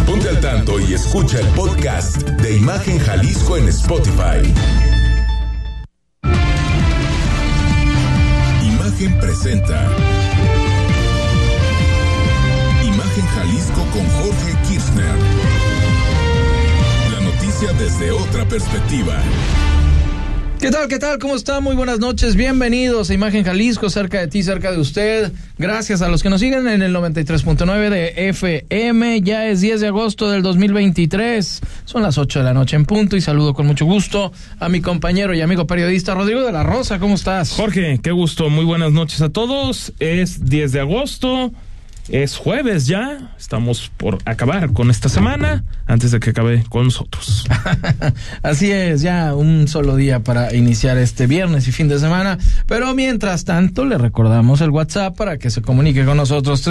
Ponte al tanto y escucha el podcast de Imagen Jalisco en Spotify. Imagen presenta Imagen Jalisco con Jorge Kirchner. La noticia desde otra perspectiva. ¿Qué tal? ¿Qué tal? ¿Cómo está? Muy buenas noches. Bienvenidos a Imagen Jalisco, cerca de ti, cerca de usted. Gracias a los que nos siguen en el 93.9 de FM. Ya es 10 de agosto del 2023. Son las 8 de la noche en punto y saludo con mucho gusto a mi compañero y amigo periodista Rodrigo de la Rosa. ¿Cómo estás? Jorge, qué gusto. Muy buenas noches a todos. Es 10 de agosto. Es jueves ya, estamos por acabar con esta semana antes de que acabe con nosotros. Así es, ya un solo día para iniciar este viernes y fin de semana, pero mientras tanto le recordamos el WhatsApp para que se comunique con nosotros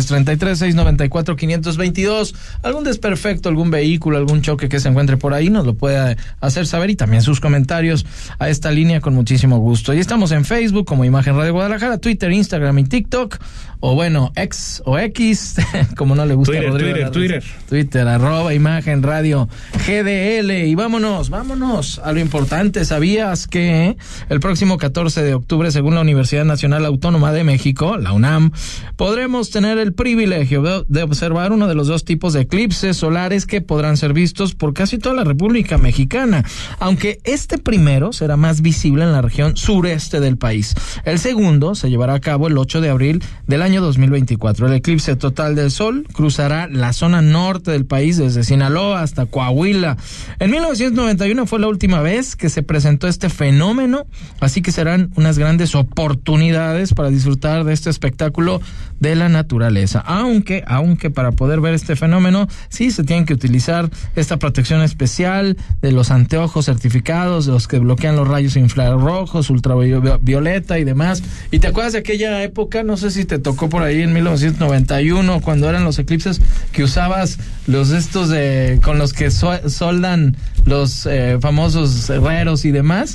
33-33-694-522, algún desperfecto, algún vehículo, algún choque que se encuentre por ahí, nos lo puede hacer saber y también sus comentarios a esta línea con muchísimo gusto. Y estamos en Facebook como Imagen Radio Guadalajara, Twitter, Instagram y TikTok, o bueno, X o X, como no le gusta a Rodrigo. Twitter, @Imagen Radio GDL. Y vámonos a lo importante. ¿Sabías que el próximo 14 de octubre, según la Universidad Nacional Autónoma de México, la UNAM, podremos tener el privilegio de observar uno de los dos tipos de eclipses solares que podrán ser vistos por casi toda la República Mexicana, aunque este primero será más visible en la región sureste del país. El segundo se llevará a cabo el 8 de abril del año 2024. El eclipse total del Sol cruzará la zona norte del país desde Sinaloa hasta Coahuila. En 1991 fue la última vez que se presentó este fenómeno, así que serán unas grandes oportunidades para disfrutar de este espectáculo de la naturaleza. Aunque para poder ver este fenómeno, sí se tienen que utilizar esta protección especial de los anteojos certificados, de los que bloquean los rayos infrarrojos, ultravioleta y demás. ¿Y te acuerdas de aquella época? No sé si te tocó por ahí en 1991, cuando eran los eclipses, que usabas los estos con los que soldan los famosos herreros y demás,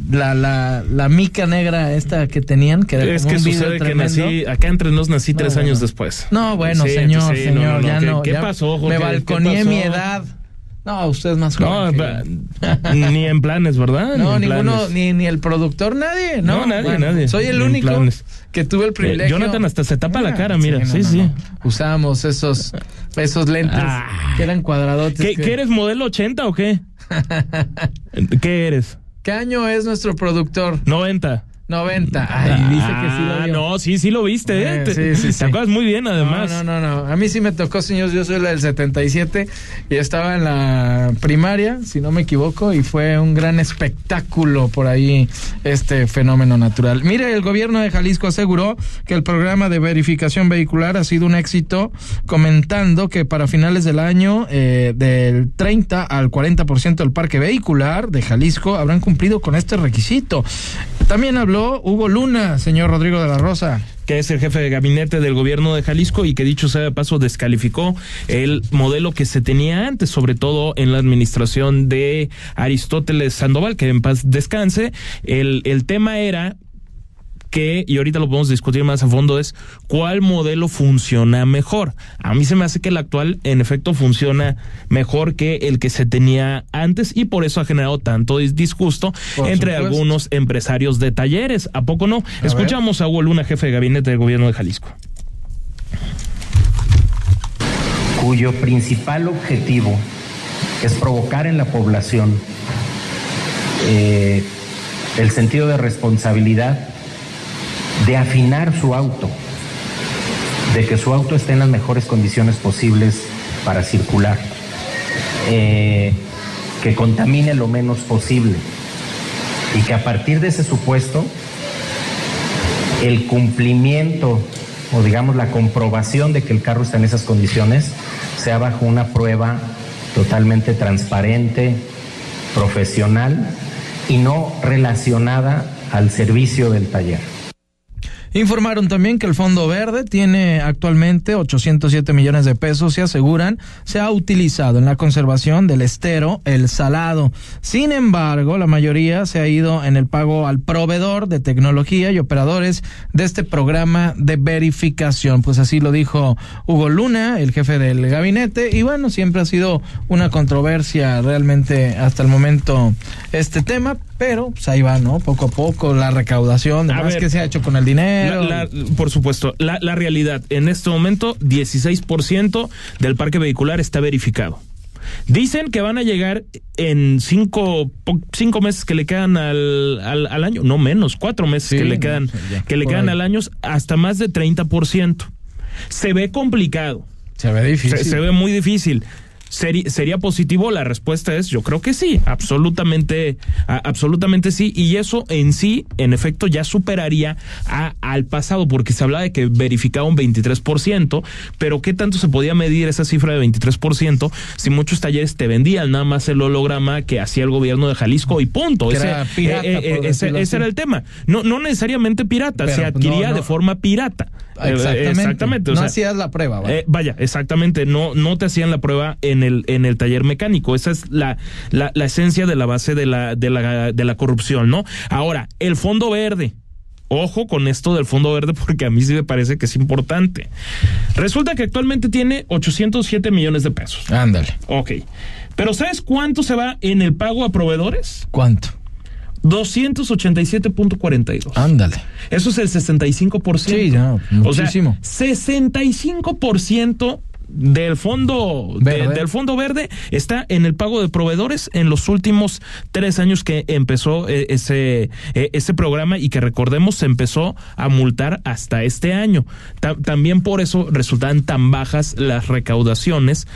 la mica negra esta que tenían, que era como un sucede que nací, acá entre nos nací 3 años después. No, bueno, sí, señor, ya no. ¿Qué pasó, Jorge? Me balconeé mi edad. No, usted es más joven. No, ni en planes, ¿verdad? No, ninguno, ni el productor, nadie. No, nadie. Soy el único que tuve el privilegio. Jonathan hasta se tapa la cara, mira. Sí. Usábamos esos lentes que eran cuadradotes. ¿Qué eres, modelo 80 o qué? ¿Qué eres? ¿Qué año es nuestro productor? 90. Ay, dice que sí lo vio. No, sí lo viste, Sí. Te acuerdas muy bien, además. No. A mí sí me tocó, señor. Yo soy la del 77 y estaba en la primaria, si no me equivoco, y fue un gran espectáculo por ahí este fenómeno natural. Mire, el gobierno de Jalisco aseguró que el programa de verificación vehicular ha sido un éxito, comentando que para finales del año del 30 al 40% del parque vehicular de Jalisco habrán cumplido con este requisito. También habló Hugo Luna, señor Rodrigo de la Rosa, que es el jefe de gabinete del gobierno de Jalisco y que, dicho sea de paso, descalificó el modelo que se tenía antes, sobre todo en la administración de Aristóteles Sandoval, que en paz descanse. El tema era que, y ahorita lo podemos discutir más a fondo, es cuál modelo funciona mejor. A mí se me hace que el actual, en efecto, funciona mejor que el que se tenía antes y por eso ha generado tanto disgusto entre algunos empresarios de talleres. ¿A poco no? Escuchamos a Hugo Luna, jefe de gabinete del gobierno de Jalisco. Cuyo principal objetivo es provocar en la población el sentido de responsabilidad, de afinar su auto, de que su auto esté en las mejores condiciones posibles para circular, que contamine lo menos posible y que a partir de ese supuesto el cumplimiento o digamos la comprobación de que el carro está en esas condiciones sea bajo una prueba totalmente transparente, profesional y no relacionada al servicio del taller. Informaron también que el Fondo Verde tiene actualmente 807 millones de pesos y aseguran se ha utilizado en la conservación del estero El Salado. Sin embargo, la mayoría se ha ido en el pago al proveedor de tecnología y operadores de este programa de verificación. Pues así lo dijo Hugo Luna, el jefe del gabinete, y bueno, siempre ha sido una controversia realmente hasta el momento este tema, pero pues ahí va, ¿no? Poco a poco la recaudación, además que se ha hecho con el dinero. Por supuesto, la realidad, en este momento 16% del parque vehicular está verificado. Dicen que van a llegar en 5 meses que le quedan al año, no menos, 4 meses que le quedan, al año, hasta más de 30%. Se ve complicado. Se ve difícil. Se ve muy difícil. ¿Sería positivo? La respuesta es yo creo que sí, absolutamente sí, y eso en sí, en efecto, ya superaría al pasado, porque se hablaba de que verificaba un 23%, pero ¿qué tanto se podía medir esa cifra de 23% si muchos talleres te vendían nada más el holograma que hacía el gobierno de Jalisco y punto? Ese era el tema. No necesariamente pirata, pero se adquiría de forma pirata. Exactamente. No hacías la prueba. Exactamente. No te hacían la prueba en el taller mecánico. Esa es la esencia de la base de la corrupción, ¿no? Ahora, el Fondo Verde. Ojo con esto del Fondo Verde, porque a mí sí me parece que es importante. Resulta que actualmente tiene 807 millones de pesos. Ándale. Ok. Pero ¿sabes cuánto se va en el pago a proveedores? ¿Cuánto? 287.42. Ándale. Eso es el 65%. Sí, ya, muchísimo. O sea, 65% del Fondo Verde está en el pago de proveedores en los últimos 3 años que empezó ese programa, y que recordemos se empezó a multar hasta este año. También por eso resultaban tan bajas las recaudaciones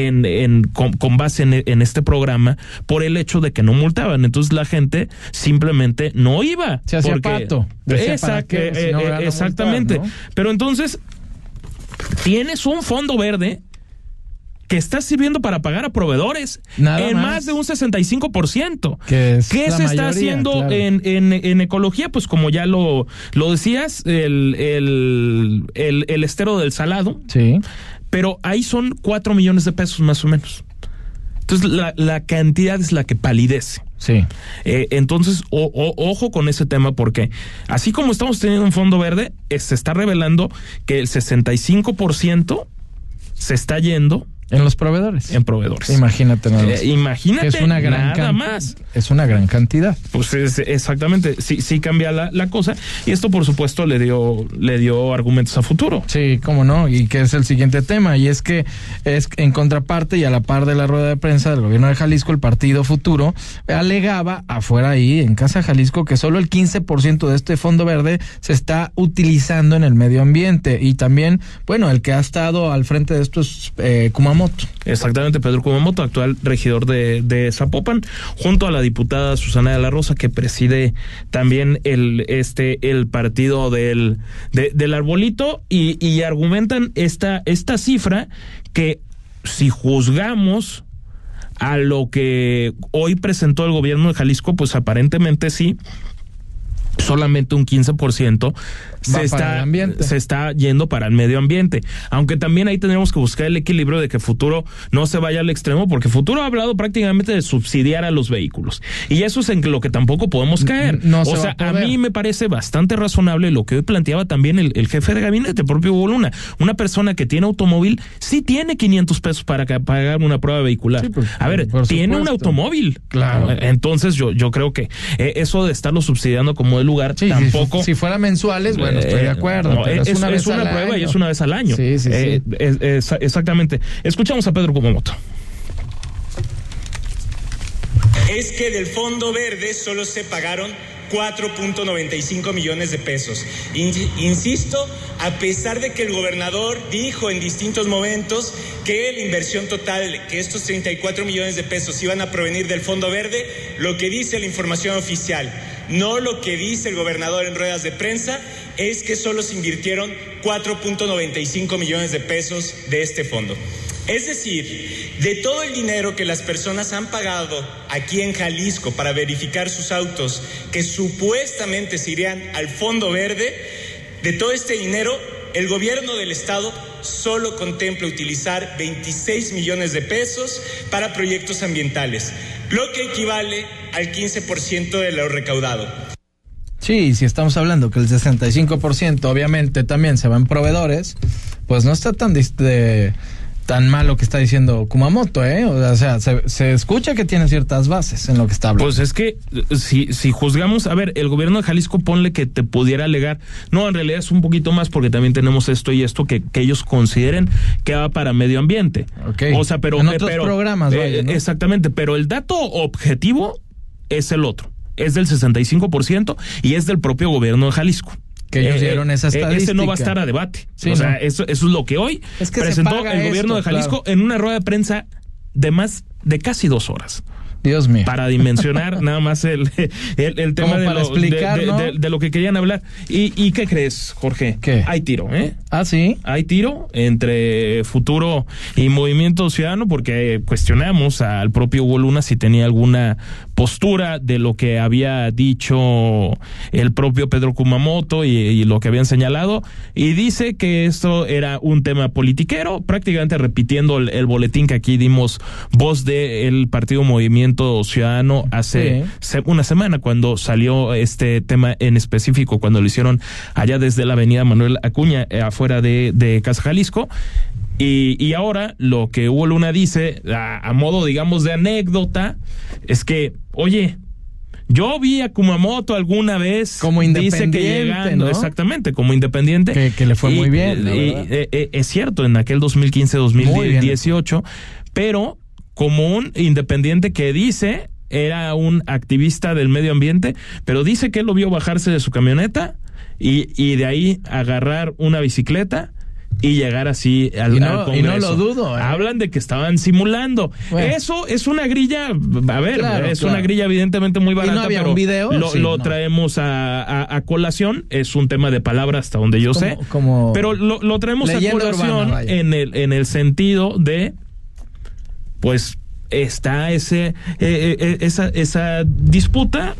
con base en este programa, por el hecho de que no multaban. Entonces la gente simplemente no iba. Se hacía pato. Exactamente. Multar, ¿no? Pero entonces tienes un Fondo Verde que está sirviendo para pagar a proveedores más de un 65%. ¿Qué se está haciendo, claro, en ecología? Pues como ya lo decías, el estero del Salado. Sí. Pero ahí son 4 millones de pesos más o menos. Entonces la cantidad es la que palidece. Sí. Entonces, ojo con ese tema, porque así como estamos teniendo un Fondo Verde, se está revelando que el 65% se está está en los proveedores. En proveedores. Imagínate nada más. Imagínate, es una gran nada más. Es una gran cantidad. Pues exactamente, sí cambia la cosa, y esto por supuesto le dio argumentos a futuro. Sí, cómo no, y que es el siguiente tema, y es que es en contraparte y a la par de la rueda de prensa del gobierno de Jalisco, el partido Futuro alegaba afuera ahí en Casa Jalisco que solo el 15% de este Fondo Verde se está utilizando en el medio ambiente, y también, bueno, el que ha estado al frente de esto es Kumamoto. Exactamente, Pedro Kumamoto, actual regidor de Zapopan, junto a la diputada Susana de la Rosa, que preside también el partido del Arbolito, y argumentan esta cifra que, si juzgamos a lo que hoy presentó el gobierno de Jalisco, pues aparentemente sí, solamente un 15% se está yendo para el medio ambiente, aunque también ahí tendremos que buscar el equilibrio de que Futuro no se vaya al extremo, porque Futuro ha hablado prácticamente de subsidiar a los vehículos, y eso es en lo que tampoco podemos caer. O sea, a mí me parece bastante razonable lo que hoy planteaba también el jefe de gabinete, el propio Hugo Luna. Una persona que tiene automóvil sí tiene 500 pesos para pagar una prueba vehicular. Sí, a ver, tiene un automóvil. Claro. Entonces yo creo que eso de estarlo subsidiando como de lugar, sí, tampoco. Si fuera mensuales, bueno, estoy de acuerdo. No, pero es una prueba y es una vez al año. Sí. Exactamente. Escuchamos a Pedro Kumamoto. Es que del Fondo Verde solo se pagaron 4.95 millones de pesos. Insisto, a pesar de que el gobernador dijo en distintos momentos que la inversión total, que estos 34 millones de pesos iban a provenir del Fondo Verde, lo que dice la información oficial, no lo que dice el gobernador en ruedas de prensa, es que solo se invirtieron 4.95 millones de pesos de este fondo. Es decir, de todo el dinero que las personas han pagado aquí en Jalisco para verificar sus autos, que supuestamente se irían al Fondo Verde, De todo este dinero, el gobierno del estado solo contempla utilizar 26 millones de pesos para proyectos ambientales, lo que equivale al 15% de lo recaudado. Sí, si estamos hablando que el 65% obviamente también se va en proveedores, pues no está tan mal lo que está diciendo Kumamoto, O sea, se escucha que tiene ciertas bases en lo que está hablando. Pues es que si juzgamos, a ver, el gobierno de Jalisco, ponle que te pudiera alegar, no, en realidad es un poquito más porque también tenemos esto y esto que ellos consideren que va para medio ambiente. Okay. O sea, pero en otros programas, vaya, ¿no? Exactamente, pero el dato objetivo es el otro, es del 65% y es del propio gobierno de Jalisco. Que ellos dieron esa estadística. Ese no va a estar a debate. Sí, sea, eso es lo que hoy presentó el gobierno de Jalisco en una rueda de prensa de casi 2 horas. Dios mío. Para dimensionar nada más el tema de lo que querían hablar. ¿Y qué crees, Jorge? ¿Qué? Hay tiro, ¿eh? Ah, ¿sí? Hay tiro entre Futuro y Movimiento Ciudadano porque cuestionamos al propio Hugo Luna si tenía alguna postura de lo que había dicho el propio Pedro Kumamoto y lo que habían señalado, y dice que esto era un tema politiquero, prácticamente repitiendo el boletín que aquí dimos voz del partido Movimiento Ciudadano hace una semana, cuando salió este tema en específico, cuando lo hicieron allá desde la avenida Manuel Acuña, afuera de Casa Jalisco. Y ahora lo que Hugo Luna dice, a modo, digamos, de anécdota, es que, oye, yo vi a Kumamoto alguna vez, como independiente, dice que llegando, ¿no? Exactamente, como independiente. Que le fue muy bien. Es cierto, en aquel 2015-2018, pero como un independiente que dice era un activista del medio ambiente, pero dice que él lo vio bajarse de su camioneta y de ahí agarrar una bicicleta y llegar así al Congreso. Y no lo dudo. Hablan de que estaban simulando. Bueno. Eso es una grilla, a ver, una grilla evidentemente muy barata, ¿Y no había pero un video? lo traemos a colación. Es un tema de palabra hasta donde yo sé. Pero lo traemos a colación urbana, en el sentido de, pues, está esa disputa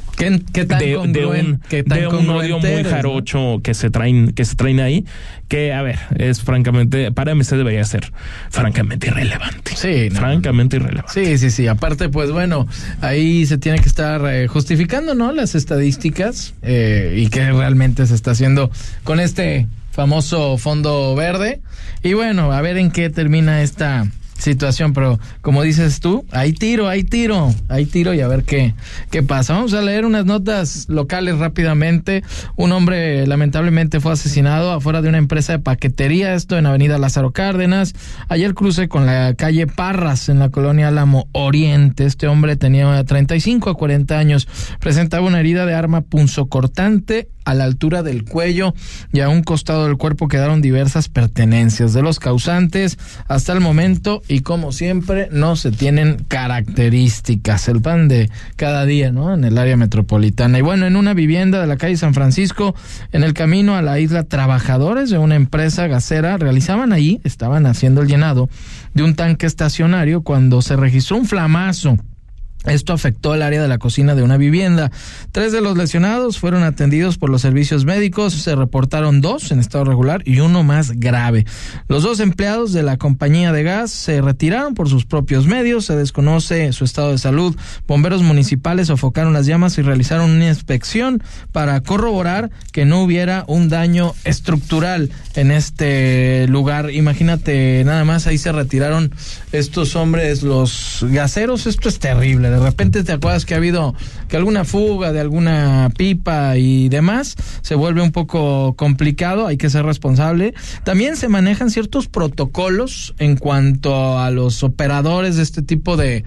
de un odio muy jarocho, ¿no? que se traen ahí, que a ver, es francamente, para MC debería ser francamente irrelevante. Sí, francamente irrelevante. Sí. Aparte, pues bueno, ahí se tiene que estar justificando, ¿no? Las estadísticas y qué realmente se está haciendo con este famoso fondo verde. Y bueno, a ver en qué termina esta situación, pero como dices tú, hay tiro y a ver qué pasa. Vamos a leer unas notas locales rápidamente. Un hombre lamentablemente fue asesinado afuera de una empresa de paquetería, esto en Avenida Lázaro Cárdenas, ayer cruce con la calle Parras en la colonia Álamo Oriente. Este hombre tenía 35 a 40 años, presentaba una herida de arma punzocortante a la altura del cuello y a un costado del cuerpo quedaron diversas pertenencias de los causantes. Hasta el momento, y como siempre, no se tienen características. El pan de cada día, ¿no? En el área metropolitana. Y bueno, en una vivienda de la calle San Francisco, en el camino a la isla, trabajadores de una empresa gasera estaban haciendo el llenado de un tanque estacionario cuando se registró un flamazo. Esto afectó el área de la cocina de una vivienda. 3 de los lesionados fueron atendidos por los servicios médicos. Se reportaron 2 en estado regular y 1 más grave. Los 2 empleados de la compañía de gas se retiraron por sus propios medios. Se desconoce su estado de salud. Bomberos municipales sofocaron las llamas y realizaron una inspección para corroborar que no hubiera un daño estructural en este lugar. Imagínate, nada más, ahí se retiraron estos hombres, los gaseros. Esto es terrible. De repente te acuerdas que ha habido alguna fuga de alguna pipa y demás, se vuelve un poco complicado, hay que ser responsable. También se manejan ciertos protocolos en cuanto a los operadores de este tipo de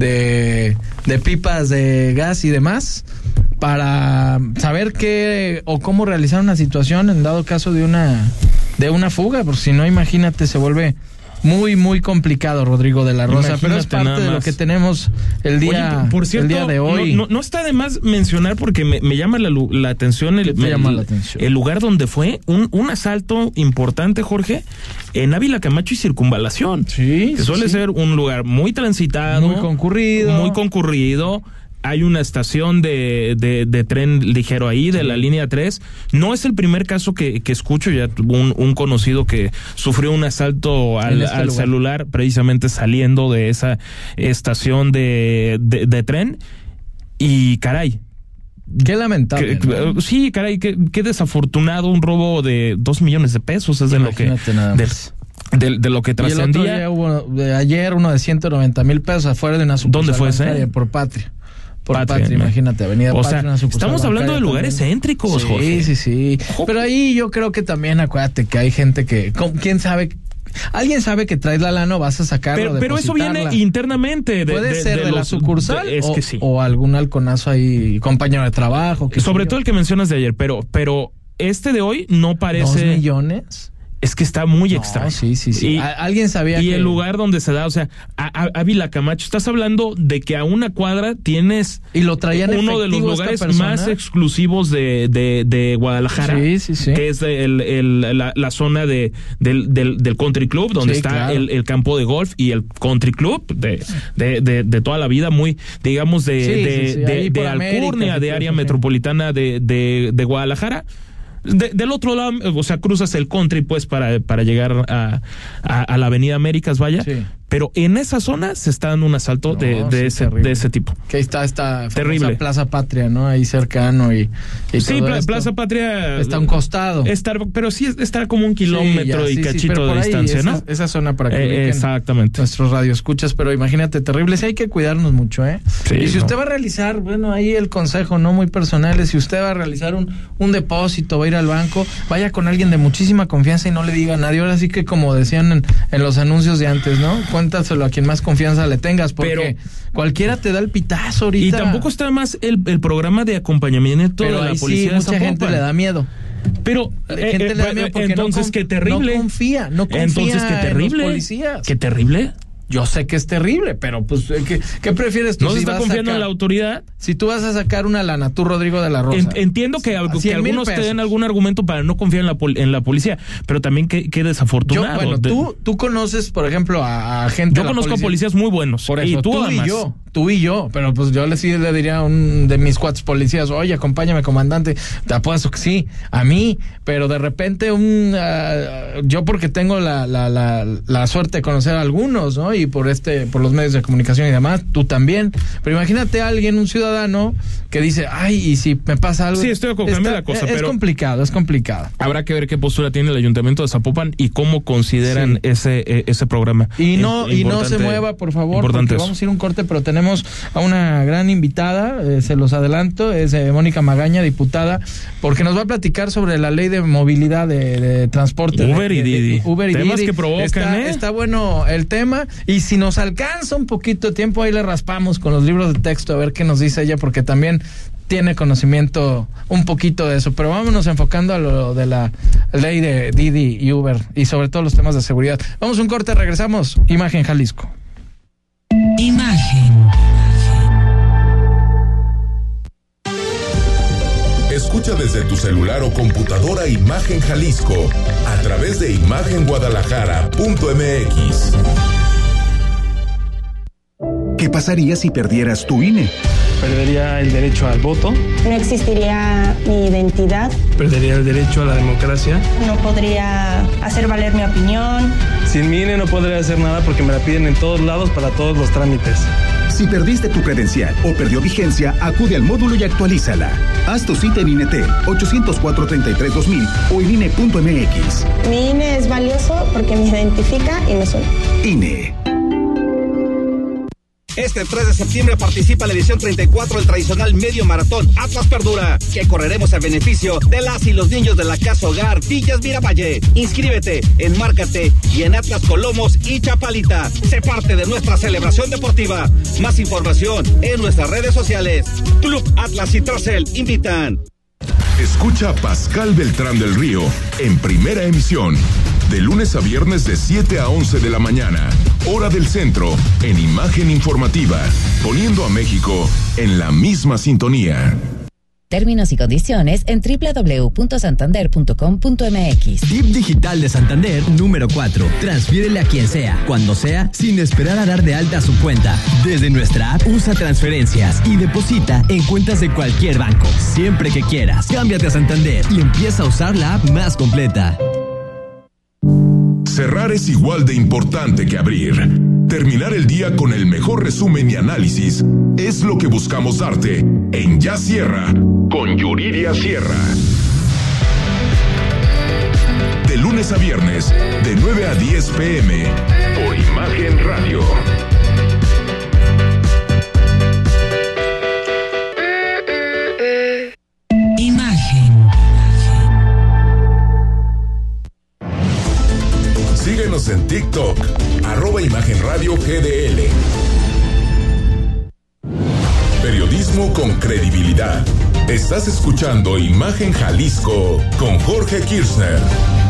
pipas de gas y demás, para saber qué o cómo realizar una situación en dado caso de una fuga, porque si no, imagínate, se vuelve muy, muy complicado, Rodrigo de la Rosa. Imagínate, pero es parte de lo que tenemos el día, por cierto, el día de hoy. No está de más mencionar, porque me llama la atención el lugar donde fue un asalto importante, Jorge, en Ávila Camacho y Circunvalación. Sí, que suele ser un lugar muy transitado, muy concurrido, hay una estación de tren ligero ahí, de la línea 3. No es el primer caso que escucho. Ya tuvo un conocido que sufrió un asalto al celular precisamente saliendo de esa estación de tren. Y caray, qué lamentable. ¿No? Sí, caray, qué desafortunado, un robo de 2 millones de pesos es de lo que de lo que trascendía. Y el otro día ayer uno de 190 mil pesos afuera de una sucursal. ¿Dónde fue ese? Por Patria. Patria, imagínate, Avenida Patria. Estamos hablando de lugares céntricos, Jorge. Sí. Pero ahí yo creo que también, acuérdate que hay gente que, ¿quién sabe? Alguien sabe que traes la lana, vas a sacarlo. Pero eso viene internamente. Puede ser de la sucursal que sí. O algún halconazo ahí, compañero de trabajo. Sobre todo el que mencionas de ayer, pero este de hoy no parece... ¿2 millones? Es que está muy extraño. Sí. Alguien sabía y el lugar donde se da, o sea, Ávila Camacho, estás hablando de que a una cuadra tienes y lo traían uno de los lugares más exclusivos de Guadalajara, sí. Que es la zona del Country Club, donde está claro. el campo de golf y el Country Club de toda la vida, muy, digamos, de Alcurnia, América, de área metropolitana de Guadalajara. Del otro lado, o sea, cruzas el country pues para llegar a la Avenida Américas, vaya. Sí. Pero en esa zona se está dando un asalto de ese tipo. Que ahí está esta terrible Plaza Patria, ¿no? Ahí cercano y sí, Plaza Patria está a un costado. Pero sí está como 1 kilómetro cachito de distancia, ¿no? Esa zona para que exactamente nuestros radioescuchas, pero imagínate, terrible. Sí, hay que cuidarnos mucho, ¿eh? Sí, y si usted va a realizar, bueno, ahí el consejo, no muy personal, es si usted va a realizar un depósito, va a ir al banco, vaya con alguien de muchísima confianza y no le diga a nadie. Ahora sí que como decían en los anuncios de antes, ¿no? Cuéntaselo a quien más confianza le tengas, porque cualquiera te da el pitazo ahorita. Y tampoco está más el programa de acompañamiento de la policía. Sí, mucha gente le da miedo. Pero gente le da miedo porque entonces qué terrible. No confía entonces qué terrible. En los policías. Qué terrible. Yo sé que es terrible, pero pues ¿qué prefieres tú? ¿No se está confiando en la autoridad? Si tú vas a sacar una lana, tú, Rodrigo de la Rosa. Entiendo que algunos te den algún argumento para no confiar en la policía, pero también qué desafortunado. Tú conoces, por ejemplo, a gente. Yo conozco a policías muy buenos. Por eso, tú y yo, pero pues yo le diría a un de mis cuates policías, oye, acompáñame, comandante. Te apuesto que sí, a mí, pero de repente yo porque tengo la suerte de conocer a algunos, ¿no? Y por los medios de comunicación y demás, tú también. Pero imagínate a alguien, un ciudadano, que dice, ay, y si me pasa algo. Sí, estoy con la cosa, pero es complicado. Habrá que ver qué postura tiene el Ayuntamiento de Zapopan y cómo consideran ese programa. Y no se mueva, por favor, porque vamos a ir a un corte, pero tenemos a una gran invitada, se los adelanto, es Mónica Magaña, diputada, porque nos va a platicar sobre la ley de movilidad de transporte. Uber y Didi. Temas que provocan, Está bueno el tema, y si nos alcanza un poquito de tiempo, ahí le raspamos con los libros de texto a ver qué nos dice ella, porque también tiene conocimiento un poquito de eso, pero vámonos enfocando a lo de la ley de Didi y Uber, y sobre todo los temas de seguridad. Vamos a un corte, regresamos. Imagen Jalisco. Imagen. Escucha desde tu celular o computadora Imagen Jalisco a través de imagenguadalajara.mx. ¿Qué pasaría si perdieras tu INE? Perdería el derecho al voto. No existiría mi identidad. Perdería el derecho a la democracia. No podría hacer valer mi opinión. Sin mi INE no podría hacer nada porque me la piden en todos lados para todos los trámites. Si perdiste tu credencial o perdió vigencia, acude al módulo y actualízala. Haz tu cita en INETEL 804-33-2000 o en INE.mx. Mi INE es valioso porque me identifica y me suena. INE. Este 3 de septiembre participa en la edición 34 del tradicional medio maratón Atlas Perdura, que correremos a beneficio de las y los niños de la Casa Hogar Villas Miravalle. Inscríbete, enmárcate y en Atlas Colomos y Chapalita. Sé parte de nuestra celebración deportiva. Más información en nuestras redes sociales. Club Atlas y Tracel invitan. Escucha a Pascal Beltrán del Río en Primera Emisión, de lunes a viernes de 7 a 11 de la mañana, hora del centro, en Imagen Informativa, poniendo a México en la misma sintonía. Términos y condiciones en www.santander.com.mx. Tip digital de Santander número 4. Transfiérele a quien sea, cuando sea, sin esperar a dar de alta su cuenta. Desde nuestra app, usa transferencias y deposita en cuentas de cualquier banco. Siempre que quieras, cámbiate a Santander y empieza a usar la app más completa. Cerrar es igual de importante que abrir. Terminar el día con el mejor resumen y análisis es lo que buscamos darte en Ya Cierra con Yuridia Sierra. De lunes a viernes, de 9 a 10 p.m. por Imagen Radio. Imagen. Síguenos en TikTok, @Imagen Radio GDL. Periodismo con credibilidad. Estás escuchando Imagen Jalisco con Jorge Kirchner.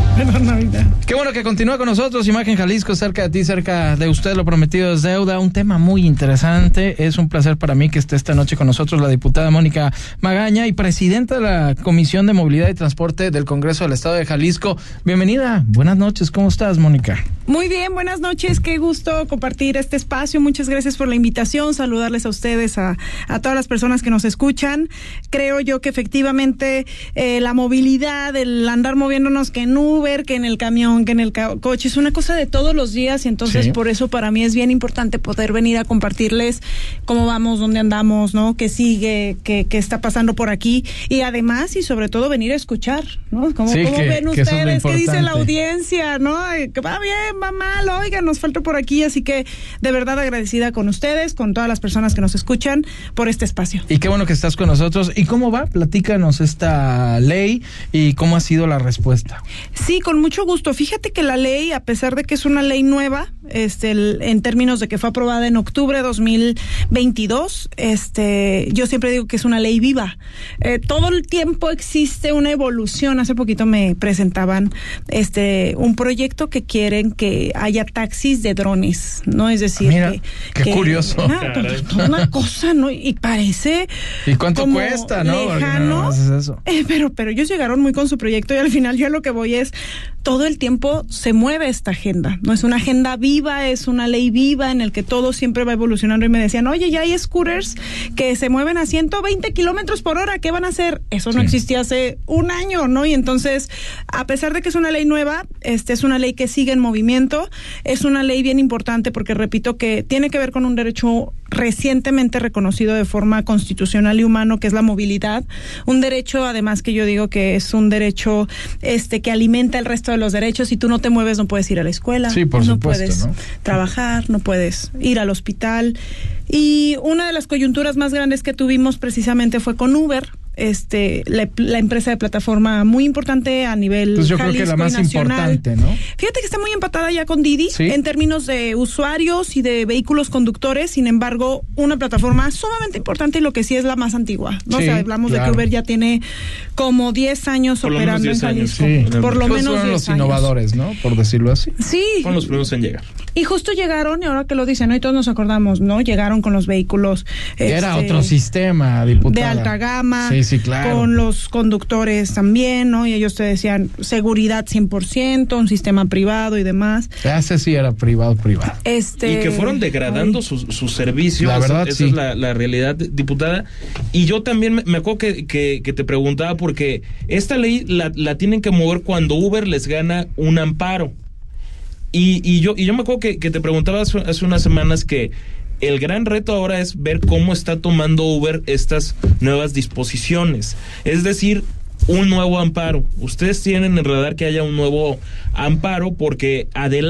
Qué bueno que continúa con nosotros, Imagen Jalisco, cerca de ti, cerca de usted, lo prometido es deuda, un tema muy interesante. Es un placer para mí que esté esta noche con nosotros la diputada Mónica Magaña y presidenta de la Comisión de Movilidad y Transporte del Congreso del Estado de Jalisco. Bienvenida, buenas noches, ¿cómo estás, Mónica? Muy bien, buenas noches, qué gusto compartir este espacio, muchas gracias por la invitación, saludarles a ustedes, a todas las personas que nos escuchan. Creo yo que efectivamente la movilidad, el andar moviéndonos que en Uber, que en el camión, que en el coche, es una cosa de todos los días y entonces sí. Por eso para mí es bien importante poder venir a compartirles cómo vamos, dónde andamos, ¿no? Qué sigue, qué está pasando por aquí y además y sobre todo venir a escuchar, ¿no? ¿Cómo ven ustedes? ¿Qué dice la audiencia? ¿No? Que va bien, va mal, oigan, nos falta por aquí, así que de verdad agradecida con ustedes, con todas las personas que nos escuchan por este espacio. Y qué bueno que estás con nosotros. ¿Y cómo va? Platícanos esta ley y cómo ha sido la respuesta. Sí, con mucho gusto. Fíjate que la ley, a pesar de que es una ley nueva, en términos de que fue aprobada en octubre de 2022, yo siempre digo que es una ley viva. Todo el tiempo existe una evolución. Hace poquito me presentaban un proyecto que quieren que haya taxis de drones, ¿no? Es decir, mira, qué curioso. Una cosa, ¿no? Y parece. ¿Y cuánto cuesta, no? Lejano, eso. Pero ellos llegaron muy con su proyecto y al final yo lo que voy es todo el tiempo se mueve esta agenda, no es una agenda viva, es una ley viva en el que todo siempre va evolucionando y me decían, oye, ya hay scooters que se mueven a 120 kilómetros por hora, ¿qué van a hacer? Eso no existía hace un año, ¿no? Y entonces, a pesar de que es una ley nueva, es una ley que sigue en movimiento, es una ley bien importante porque repito que tiene que ver con un derecho recientemente reconocido de forma constitucional y humano, que es la movilidad, un derecho además que yo digo que es un derecho que alimenta el resto de los derechos. Si tú no te mueves no puedes ir a la escuela, sí, por supuesto, puedes trabajar, no puedes ir al hospital. Y una de las coyunturas más grandes que tuvimos precisamente fue con Uber, la empresa de plataforma muy importante a nivel pues yo Jalisco creo que la más nacional. Importante, ¿no? Fíjate que está muy empatada ya con Didi, ¿sí? En términos de usuarios y de vehículos conductores, sin embargo, una plataforma sumamente importante y lo que sí es la más antigua, ¿no? Sí, o sea, hablamos de que Uber ya tiene como 10 años por operando en Jalisco. Sí. Por lo menos 10 años. Fueron los innovadores, ¿no? Por decirlo así. Sí. Fueron los primeros en llegar. Y justo llegaron, y ahora que lo dicen, ¿no? Y todos nos acordamos, ¿no? Llegaron con los vehículos. Era otro sistema, diputada. De alta gama. Sí, claro. Con los conductores también, ¿no? Y ellos te decían seguridad 100%, un sistema privado y demás. Ese sí era privado. Y que fueron degradando sus servicios. La verdad, esa es la realidad, diputada. Y yo también me acuerdo que te preguntaba porque esta ley la tienen que mover cuando Uber les gana un amparo. Y yo me acuerdo que te preguntaba hace unas semanas que el gran reto ahora es ver cómo está tomando Uber estas nuevas disposiciones. Es decir, un nuevo amparo. Ustedes tienen en radar que haya un nuevo amparo porque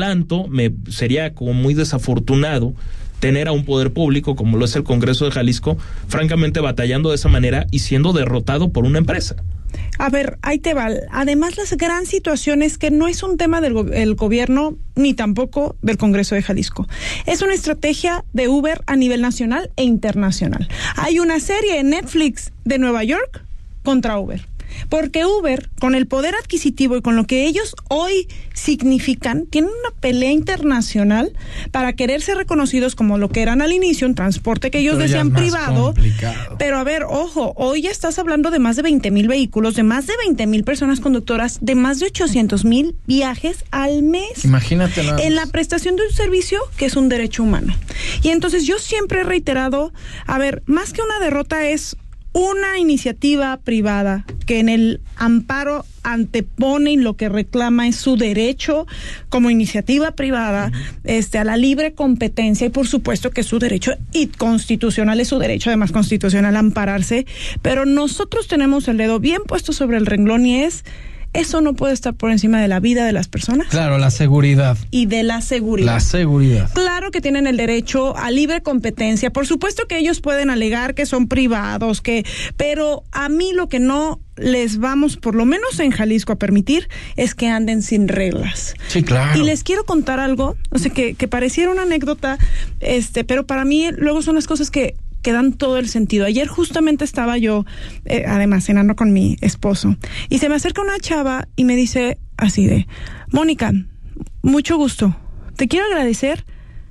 sería como muy desafortunado tener a un poder público como lo es el Congreso de Jalisco, francamente batallando de esa manera y siendo derrotado por una empresa. A ver, ahí te va. Además, la gran situación es que no es un tema del gobierno ni tampoco del Congreso de Jalisco. Es una estrategia de Uber a nivel nacional e internacional. Hay una serie en Netflix de Nueva York contra Uber. Porque Uber, con el poder adquisitivo y con lo que ellos hoy significan, tienen una pelea internacional para querer ser reconocidos como lo que eran al inicio, un transporte que ellos decían privado. Pero a ver, ojo, hoy ya estás hablando de más de 20,000 vehículos, de más de 20,000 personas conductoras, de más de 800,000 viajes al mes. Imagínate nada más. En la prestación de un servicio que es un derecho humano. Y entonces yo siempre he reiterado, a ver, más que una derrota es una iniciativa privada que en el amparo antepone y lo que reclama es su derecho como iniciativa privada a la libre competencia, y por supuesto que es su derecho y constitucional, es su derecho además constitucional a ampararse, pero nosotros tenemos el dedo bien puesto sobre el renglón y eso no puede estar por encima de la vida de las personas. Claro, la seguridad. Y de la seguridad. La seguridad. Claro que tienen el derecho a libre competencia. Por supuesto que ellos pueden alegar que son privados, pero a mí lo que no les vamos, por lo menos en Jalisco, a permitir es que anden sin reglas. Sí, claro. Y les quiero contar algo, o sea, que pareciera una anécdota, pero para mí luego son las cosas que dan todo el sentido. Ayer justamente estaba yo, además, cenando con mi esposo, y se me acerca una chava y me dice así de: Mónica, mucho gusto. Te quiero agradecer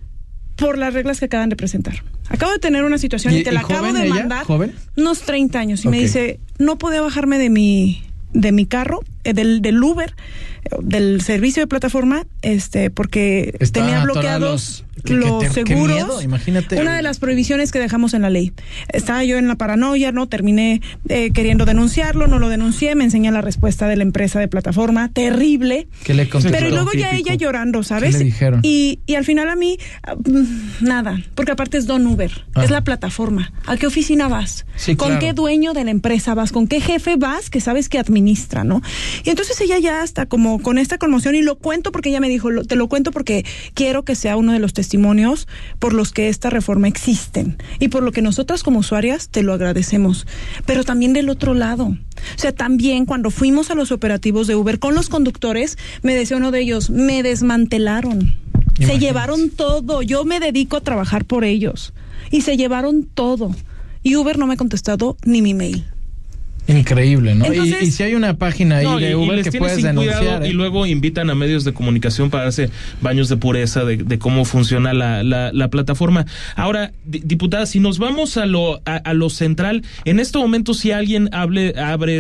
por las reglas que acaban de presentar. Acabo de tener una situación y te la acabo de mandar. ¿Joven? Unos 30 años. Y me dice, no podía bajarme de mi carro, del Uber, del servicio de plataforma, porque tenía bloqueados los seguros. Qué miedo, imagínate. Una de las prohibiciones que dejamos en la ley. Estaba yo en la paranoia, ¿no? Terminé queriendo denunciarlo, no lo denuncié, me enseñé la respuesta de la empresa de plataforma, terrible. ¿Qué le contestó? Pero luego ya ella llorando, ¿sabes? ¿Qué le dijeron? Y al final a mí, nada, porque aparte es Don Uber, es la plataforma. ¿A qué oficina vas? Sí, ¿Con qué dueño de la empresa vas? ¿Con qué jefe vas que sabes que administra, no? Y entonces ella ya está como con esta conmoción, y lo cuento porque ella me dijo, te lo cuento porque quiero que sea uno de los testimonios por los que esta reforma existen y por lo que nosotras como usuarias te lo agradecemos. Pero también del otro lado, o sea, también cuando fuimos a los operativos de Uber con los conductores, me decía uno de ellos, me desmantelaron. Se llevaron todo, yo me dedico a trabajar por ellos y se llevaron todo. Y Uber no me ha contestado ni mi mail. Increíble, ¿no? Entonces, y si hay una página ahí de Uber que puedes denunciar. Y luego invitan a medios de comunicación para darse baños de pureza de cómo funciona la plataforma. Ahora, diputada, si nos vamos a lo central, en este momento si alguien abre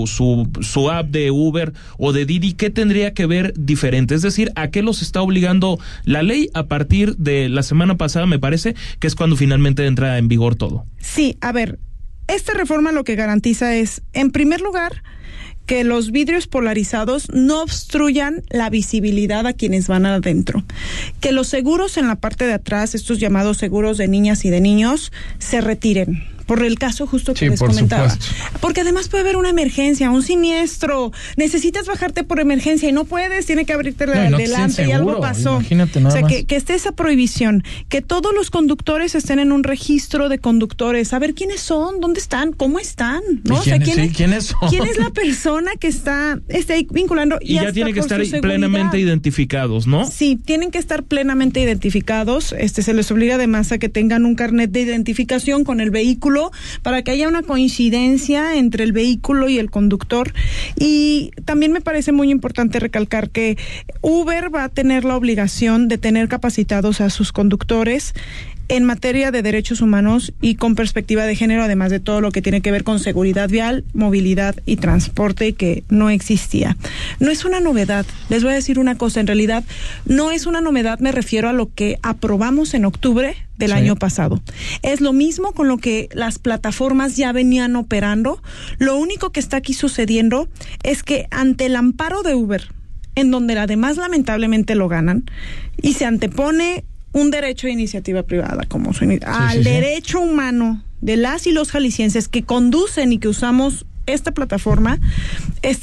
su app de Uber o de Didi, ¿qué tendría que ver diferente? Es decir, ¿a qué los está obligando la ley a partir de la semana pasada, me parece, que es cuando finalmente entra en vigor todo? Sí, a ver, esta reforma lo que garantiza es, en primer lugar, que los vidrios polarizados no obstruyan la visibilidad a quienes van adentro. Que los seguros en la parte de atrás, estos llamados seguros de niñas y de niños, se retiren. Por el caso justo que les comentaba. Supuesto. Porque además puede haber una emergencia, un siniestro. Necesitas bajarte por emergencia y no puedes, tiene que abrirte adelante y algo pasó. Imagínate nada más. Que esté esa prohibición. Que todos los conductores estén en un registro de conductores. Saber quiénes son, dónde están, cómo están, ¿no? ¿Quiénes son? ¿Quién es la persona que está vinculando? Y ya tienen que estar plenamente identificados, ¿no? Sí, tienen que estar plenamente identificados. Se les obliga además a que tengan un carnet de identificación con el vehículo para que haya una coincidencia entre el vehículo y el conductor. Y también me parece muy importante recalcar que Uber va a tener la obligación de tener capacitados a sus conductores en materia de derechos humanos y con perspectiva de género, además de todo lo que tiene que ver con seguridad vial, movilidad y transporte, que no existía. No es una novedad, les voy a decir una cosa, en realidad no es una novedad, me refiero a lo que aprobamos en octubre del año pasado. Es lo mismo con lo que las plataformas ya venían operando. Lo único que está aquí sucediendo es que ante el amparo de Uber, en donde además lamentablemente lo ganan, y se antepone un derecho de iniciativa privada como al derecho humano de las y los jaliscienses que conducen y que usamos esta plataforma,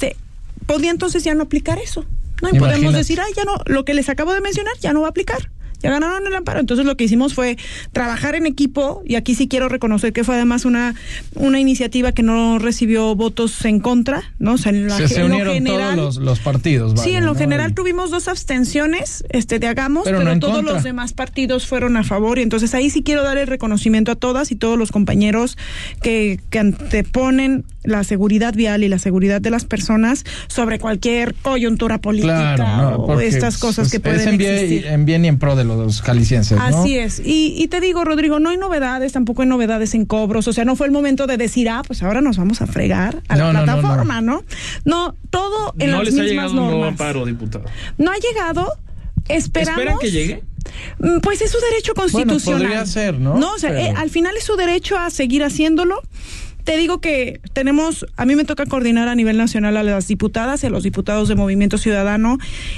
podría entonces ya no aplicar eso, ¿no? Y podemos decir, ya no, lo que les acabo de mencionar ya no va a aplicar. ya ganaron el amparo. Entonces lo que hicimos fue trabajar en equipo, y aquí sí quiero reconocer que fue además una iniciativa que no recibió votos en contra, ¿no? O sea, se unieron general, todos los partidos. Sí, en lo general tuvimos 2 abstenciones de Hagamos, pero no todos los demás partidos fueron a favor, y entonces ahí sí quiero dar el reconocimiento a todas y todos los compañeros que anteponen la seguridad vial y la seguridad de las personas sobre cualquier coyuntura política o estas cosas que pueden existir. En bien y en pro de los jaliscienses, ¿no? Así es. Y te digo, Rodrigo, no hay novedades, tampoco hay novedades en cobros, o sea, no fue el momento de decir, pues ahora nos vamos a fregar a la plataforma, ¿no? No, todo en las mismas normas. ¿No les ha llegado un nuevo amparo, diputada? No ha llegado, esperamos. ¿Esperan que llegue? Pues es su derecho constitucional. Bueno, podría ser, ¿no? No, o sea, al final es su derecho a seguir haciéndolo. Te digo que a mí me toca coordinar a nivel nacional a las diputadas y a los diputados de Movimiento Ciudadano,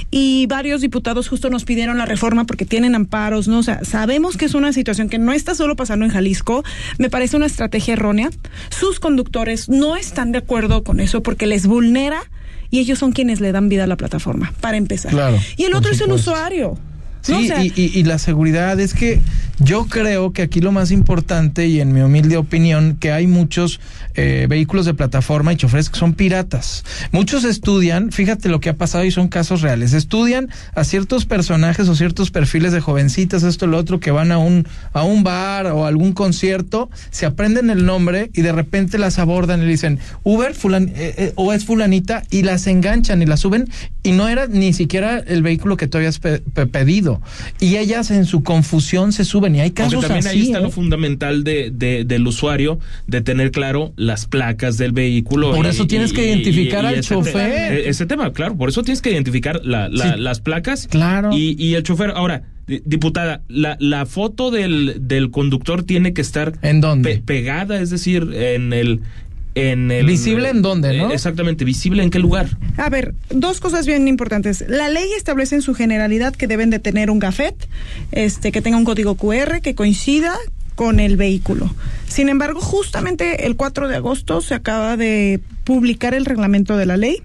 y varios diputados justo nos pidieron la reforma porque tienen amparos, ¿no? O sea, sabemos que es una situación que no está solo pasando en Jalisco, me parece una estrategia errónea. Sus conductores no están de acuerdo con eso porque les vulnera, y ellos son quienes le dan vida a la plataforma, para empezar. Claro, y el otro es el usuario. Sí, ¿no? O sea, y la seguridad es que yo creo que aquí lo más importante, y en mi humilde opinión, que hay muchos vehículos de plataforma y choferes que son piratas. Muchos estudian, fíjate lo que ha pasado y son casos reales, estudian a ciertos personajes o ciertos perfiles de jovencitas, esto, lo otro, que van a un bar o a algún concierto, se aprenden el nombre y de repente las abordan y le dicen, Uber, o es fulanita, y las enganchan y las suben, y no era ni siquiera el vehículo que tú habías pedido. Y ellas en su confusión se suben, y hay casos aunque también así. Ahí está lo fundamental del usuario, de tener claro las placas del vehículo. Por eso tienes que identificar al chofer. Ese tema, claro, por eso tienes que identificar las placas. Claro. Y el chofer. Ahora, diputada, la foto del conductor tiene que estar ¿en dónde? Pegada, es decir, en el visible en dónde, ¿no? Exactamente, visible en qué lugar. A ver, 2 cosas bien importantes. La ley establece en su generalidad que deben de tener un gafet, que tenga un código QR que coincida con el vehículo. Sin embargo, justamente el 4 de agosto se acaba de publicar el reglamento de la ley.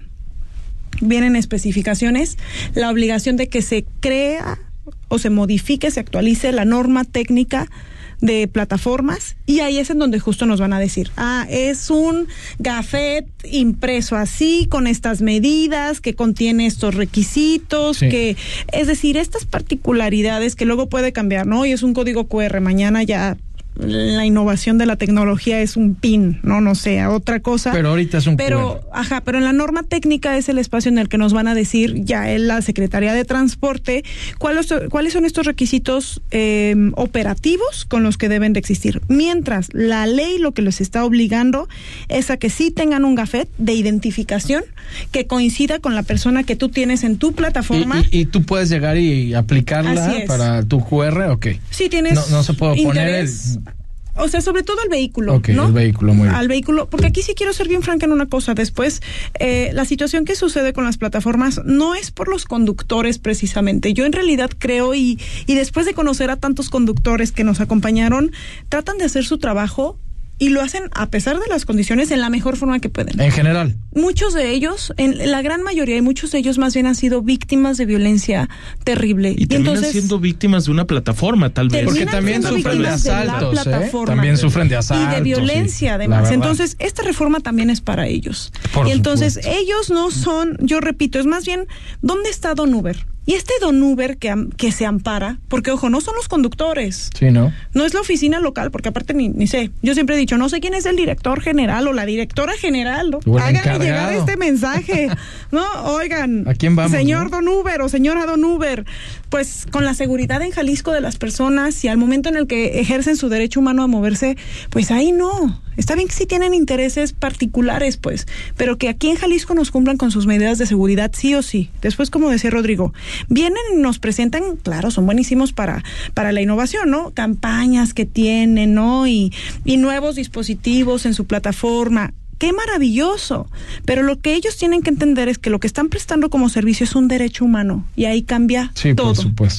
Vienen especificaciones, la obligación de que se crea o se modifique, se actualice la norma técnica de plataformas, y ahí es en donde justo nos van a decir, es un gafet impreso así, con estas medidas, que contiene estos requisitos, que, es decir, estas particularidades que luego puede cambiar, ¿no? Hoy es un código QR, mañana ya la innovación de la tecnología es un PIN, no sé, otra cosa. Pero ahorita es un QR. Pero en la norma técnica es el espacio en el que nos van a decir ya en la Secretaría de Transporte cuáles son estos requisitos operativos con los que deben de existir. Mientras la ley lo que les está obligando es a que sí tengan un gafet de identificación que coincida con la persona que tú tienes en tu plataforma. Y tú puedes llegar y aplicarla para tu QR, ¿ok? Sí, tienes no se puede poner o sea, sobre todo al vehículo, ¿no? El vehículo, muy bien. Al vehículo, porque aquí sí quiero ser bien franca en una cosa. Después, la situación que sucede con las plataformas no es por los conductores precisamente. Yo en realidad creo, y después de conocer a tantos conductores que nos acompañaron, tratan de hacer su trabajo y lo hacen a pesar de las condiciones en la mejor forma que pueden. En general. Muchos de ellos, en la gran mayoría, y muchos de ellos más bien han sido víctimas de violencia terrible. Y terminan siendo víctimas de una plataforma, tal vez. Porque también sufren de asaltos, También sufren de asaltos. Y de violencia, además. Entonces, esta reforma también es para ellos. Y entonces, ellos no son, yo repito, es más bien, ¿dónde está Don Uber? Y este Don Uber que se ampara, porque ojo, no son los conductores. Sí, ¿no? No es la oficina local, porque aparte ni sé. Yo siempre he dicho, no sé quién es el director general o la directora general, ¿no? Háganme llegar este mensaje. No, oigan. ¿A quién vamos? Señor Don Uber o señora Don Uber. Pues con la seguridad en Jalisco de las personas, y al momento en el que ejercen su derecho humano a moverse, pues ahí no. Está bien que sí tienen intereses particulares, pues, pero que aquí en Jalisco nos cumplan con sus medidas de seguridad sí o sí. Después, como decía Rodrigo, vienen y nos presentan, claro, son buenísimos para la innovación, ¿no? Campañas que tienen, ¿no? Y nuevos dispositivos en su plataforma. ¡Qué maravilloso! Pero lo que ellos tienen que entender es que lo que están prestando como servicio es un derecho humano, y ahí cambia todo. Sí, por supuesto.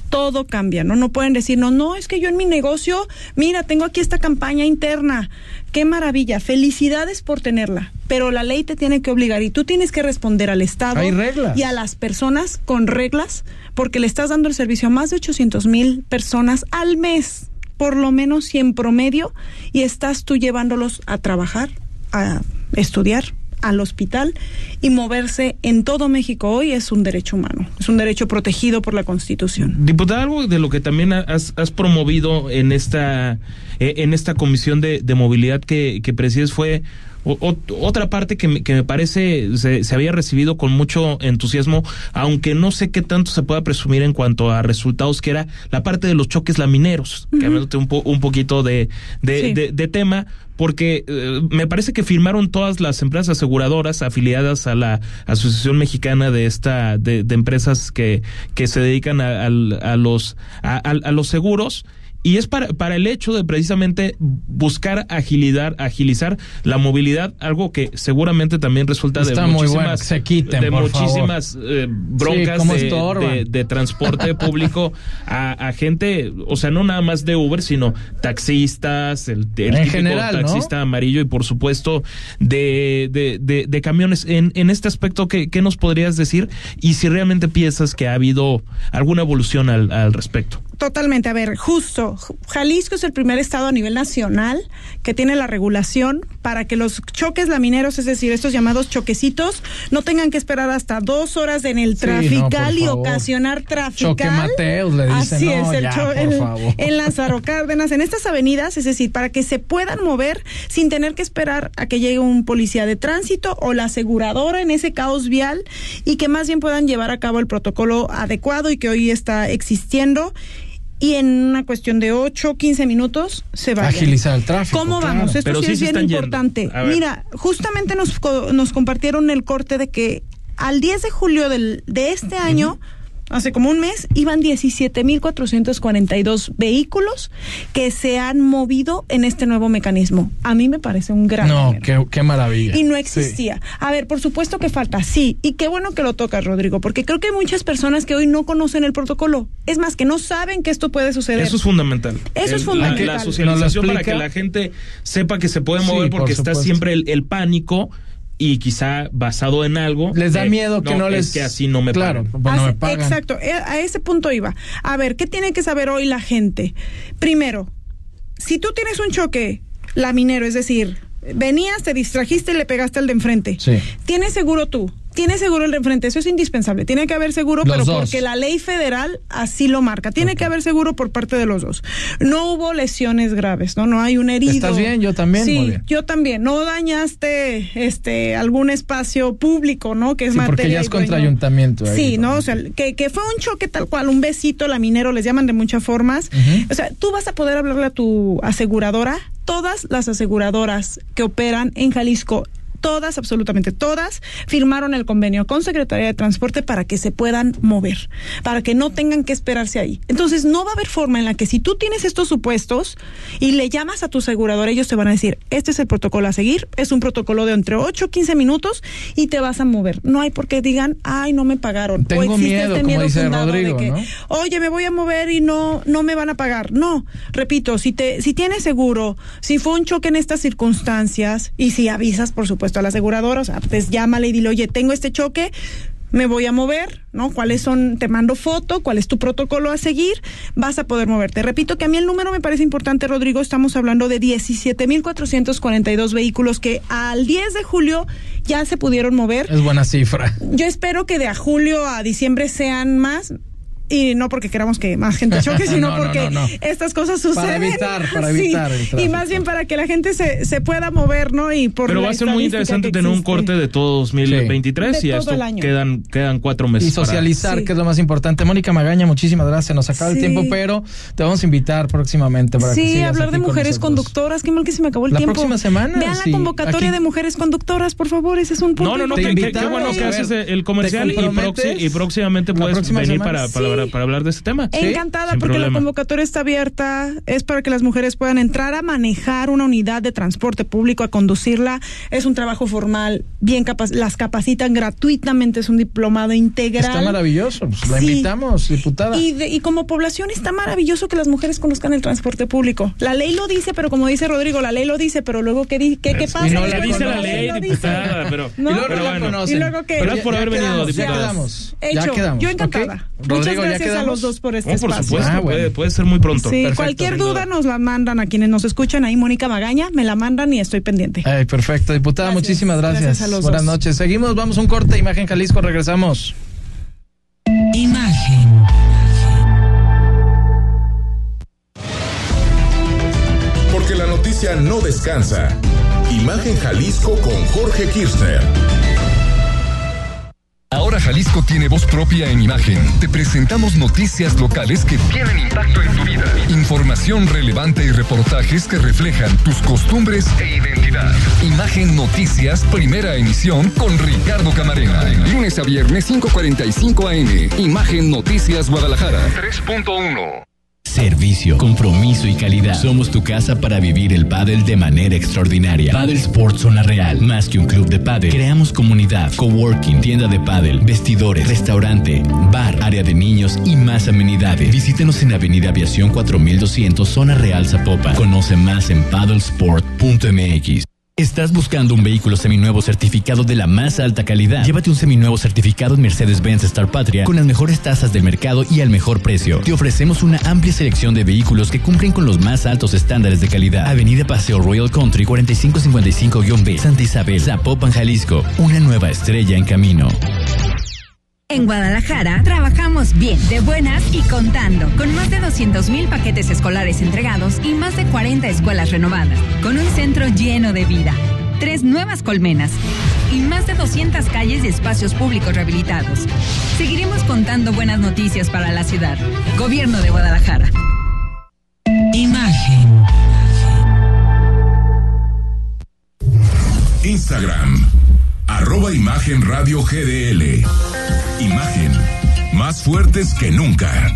todo cambia, ¿no? No pueden decirnos, no, es que yo en mi negocio, mira, tengo aquí esta campaña interna, qué maravilla, felicidades por tenerla, pero la ley te tiene que obligar y tú tienes que responder al Estado. Hay reglas. Y a las personas con reglas, porque le estás dando el servicio a más de 800,000 personas al mes, por lo menos 100 promedio, y estás tú llevándolos a trabajar, a estudiar, al hospital, y moverse en todo México hoy es un derecho humano, es un derecho protegido por la Constitución. Diputada, algo de lo que también has promovido en esta comisión de movilidad que presides fue otra parte que me parece se había recibido con mucho entusiasmo, aunque no sé qué tanto se pueda presumir en cuanto a resultados, que era la parte de los choques lamineros, cambiándote un poquito de tema, porque me parece que firmaron todas las empresas aseguradoras afiliadas a la Asociación Mexicana de empresas que se dedican a los seguros. Y es para el hecho de precisamente buscar agilizar la movilidad, algo que seguramente también resulta está de muchísimas, bueno, se quiten, de muchísimas broncas de transporte público a gente, o sea, no nada más de Uber, sino taxistas, el típico general, taxista, ¿no?, amarillo, y por supuesto de camiones. En este aspecto, ¿qué nos podrías decir? Y si realmente piensas que ha habido alguna evolución al respecto. Totalmente, a ver, justo, Jalisco es el primer estado a nivel nacional que tiene la regulación para que los choques lamineros, es decir, estos llamados choquecitos, no tengan que esperar hasta 2 horas en el trafical y ocasionar trafical. Choque Mateos, le dicen. Así no, es, por favor. en Lázaro Cárdenas, en estas avenidas, es decir, para que se puedan mover sin tener que esperar a que llegue un policía de tránsito o la aseguradora en ese caos vial, y que más bien puedan llevar a cabo el protocolo adecuado y que hoy está existiendo. Y en una cuestión de 8, 15 minutos se va. Agilizar el tráfico. ¿Cómo vamos? Esto pero sí es bien importante. Mira, justamente nos compartieron el corte de que al 10 de julio de este año, hace como un mes, iban 17,442 vehículos que se han movido en este nuevo mecanismo. A mí me parece un gran número. Qué maravilla. Y no existía. Sí. A ver, por supuesto que falta, sí. Y qué bueno que lo tocas, Rodrigo, porque creo que hay muchas personas que hoy no conocen el protocolo. Es más, que no saben que esto puede suceder. Eso es fundamental. Eso es fundamental. La socialización para que la gente sepa que se puede mover, porque está siempre el pánico. Y quizá basado en algo. Les da miedo que no les... Es que así no me pagan. No me pagan. Exacto, a ese punto iba. A ver, ¿qué tiene que saber hoy la gente? Primero, si tú tienes un choque laminero, es decir, venías, te distrajiste y le pegaste al de enfrente. Sí. ¿Tienes seguro tú? ¿Tienes seguro el de enfrente? Eso es indispensable. Tiene que haber seguro, pero porque la ley federal así lo marca. Tiene que haber seguro por parte de los dos. No hubo lesiones graves, no hay un herido. ¿Estás bien? Yo también. Sí, muy bien. yo también. No dañaste algún espacio público, ¿no? Que es materia. Porque ya es contra ayuntamiento. Sí, ¿no? O sea, que fue un choque tal cual, un besito laminero, les llaman de muchas formas. O sea, tú vas a poder hablarle a tu aseguradora. Todas las aseguradoras que operan en Jalisco, todas, absolutamente todas, firmaron el convenio con Secretaría de Transporte para que se puedan mover, para que no tengan que esperarse ahí. Entonces, no va a haber forma en la que si tú tienes estos supuestos y le llamas a tu aseguradora, ellos te van a decir, este es el protocolo a seguir, es un protocolo de entre 8 y 15 minutos y te vas a mover. No hay por qué digan, ay, no me pagaron. Tengo miedo, como dice Rodrigo, de que, ¿no? Oye, me voy a mover y no me van a pagar. No, repito, si tienes seguro, si fue un choque en estas circunstancias y si avisas, por supuesto, a la aseguradora, o sea, pues llámale y dile, oye, tengo este choque, me voy a mover, ¿no? ¿Cuáles son? Te mando foto, ¿cuál es tu protocolo a seguir? Vas a poder moverte. Repito que a mí el número me parece importante, Rodrigo, estamos hablando de 17,442 vehículos que al 10 de julio ya se pudieron mover. Es buena cifra. Yo espero que de julio a diciembre sean más. Y no porque queramos que más gente choque, sino porque estas cosas suceden. Para evitar el tráfico. Y más bien para que la gente se pueda mover, ¿no? Y pero va a ser muy interesante tener un corte de todo 2023 y esto quedan 4 meses. Y socializar, que es lo más importante. Mónica Magaña, muchísimas gracias. Nos acaba el tiempo, pero te vamos a invitar próximamente para que sigas hablar de mujeres conductoras. Qué mal que se me acabó el tiempo. La próxima semana. Vean la convocatoria de mujeres conductoras, por favor. Ese es un punto. Qué bueno que haces el comercial y próximamente puedes venir para hablar para hablar de este tema. Encantada, Sin porque problema. la convocatoria está abierta, es para que las mujeres puedan entrar a manejar una unidad de transporte público, a conducirla. Es un trabajo formal, bien las capacitan gratuitamente, es un diplomado integral. Está maravilloso, pues la invitamos, diputada. Y como población está maravilloso que las mujeres conozcan el transporte público. La ley lo dice, pero como dice Rodrigo, la ley lo dice, pero luego ¿qué pasa? Y no la dice la ley, diputada, pero no, y luego no la conocen. Y luego que Gracias por haber venido, diputada. Ya quedamos. Yo encantada. Okay. Muchas Rodrigo, gracias a los dos por este por espacio. supuesto, puede ser muy pronto. Sí, Perfecto, cualquier duda nos la mandan a quienes nos escuchan ahí, Mónica Magaña, me la mandan y estoy pendiente. Perfecto, diputada, muchísimas gracias. Gracias a los Buenas dos. noches. Seguimos, vamos a un corte, Imagen Jalisco, regresamos. Imagen. Porque la noticia no descansa. Imagen Jalisco con Jorge Kirchner. Ahora Jalisco tiene voz propia en Imagen. Te presentamos noticias locales que tienen impacto en tu vida. Información relevante y reportajes que reflejan tus costumbres e identidad. Imagen Noticias, primera emisión con Ricardo Camarena. Lunes a viernes 5:45 AM. Imagen Noticias Guadalajara 3.1. Servicio, compromiso y calidad. Somos tu casa para vivir el pádel de manera extraordinaria. Pádel Sport Zona Real. Más que un club de pádel. Creamos comunidad, coworking, tienda de pádel, vestidores, restaurante, bar, área de niños y más amenidades. Visítenos en Avenida Aviación 4200, Zona Real Zapopan. Conoce más en paddlesport.mx. ¿Estás buscando un vehículo seminuevo certificado de la más alta calidad? Llévate un seminuevo certificado en Mercedes-Benz Star Patria con las mejores tasas del mercado y al mejor precio. Te ofrecemos una amplia selección de vehículos que cumplen con los más altos estándares de calidad. Avenida Paseo Royal Country 4555-B, Santa Isabel, Zapopan, Jalisco. Una nueva estrella en camino. En Guadalajara trabajamos bien, de buenas y contando, con más de 200,000 paquetes escolares entregados y más de 40 escuelas renovadas, con un centro lleno de vida, 3 nuevas colmenas y más de 200 calles y espacios públicos rehabilitados. Seguiremos contando buenas noticias para la ciudad. Gobierno de Guadalajara. Imagen. Instagram, @Imagen Radio GDL. Imagen, más fuertes que nunca.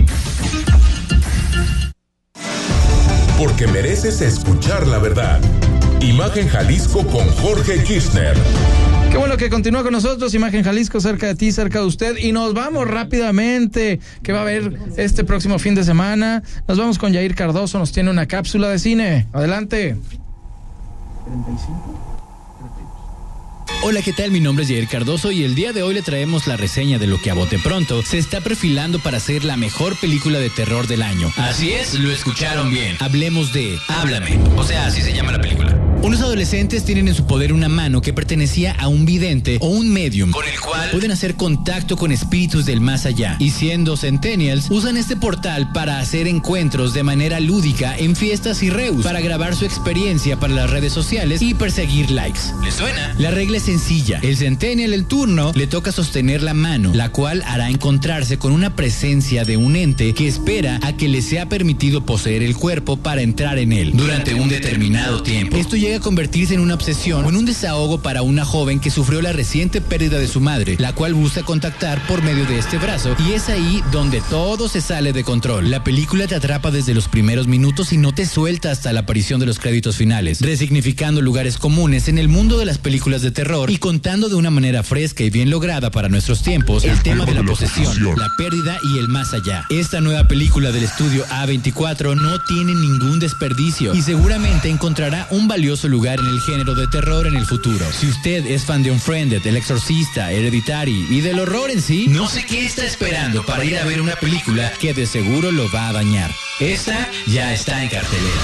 Porque mereces escuchar la verdad. Imagen Jalisco con Jorge Kirchner. Qué bueno que continúa con nosotros, Imagen Jalisco, cerca de ti, cerca de usted. Y nos vamos rápidamente, que va a haber este próximo fin de semana. Nos vamos con Yair Cardoso, nos tiene una cápsula de cine. Adelante. 35. Hola, ¿qué tal? Mi nombre es Jair Cardoso y el día de hoy le traemos la reseña de lo que a bote pronto se está perfilando para ser la mejor película de terror del año. Así es, lo escucharon bien. Hablemos de Háblame, o sea, así se llama la película. Unos adolescentes tienen en su poder una mano que pertenecía a un vidente o un medium, con el cual pueden hacer contacto con espíritus del más allá. Y siendo centennials, usan este portal para hacer encuentros de manera lúdica en fiestas y reus, para grabar su experiencia para las redes sociales y perseguir likes. ¿Les suena? La regla es sencilla. El centennial el turno le toca sostener la mano, la cual hará encontrarse con una presencia de un ente que espera a que le sea permitido poseer el cuerpo para entrar en él durante un determinado tiempo. Esto llega a convertirse en una obsesión o en un desahogo para una joven que sufrió la reciente pérdida de su madre, la cual busca contactar por medio de este brazo, y es ahí donde todo se sale de control. La película te atrapa desde los primeros minutos y no te suelta hasta la aparición de los créditos finales, resignificando lugares comunes en el mundo de las películas de terror y contando de una manera fresca y bien lograda para nuestros tiempos el tema de la posesión, la pérdida y el más allá. Esta nueva película del estudio A24 no tiene ningún desperdicio y seguramente encontrará un valioso lugar en el género de terror en el futuro. Si usted es fan de Unfriended, El Exorcista, Hereditary y del horror en sí, no sé qué está esperando para ir a ver una película que de seguro lo va a dañar. Esta ya está en cartelera.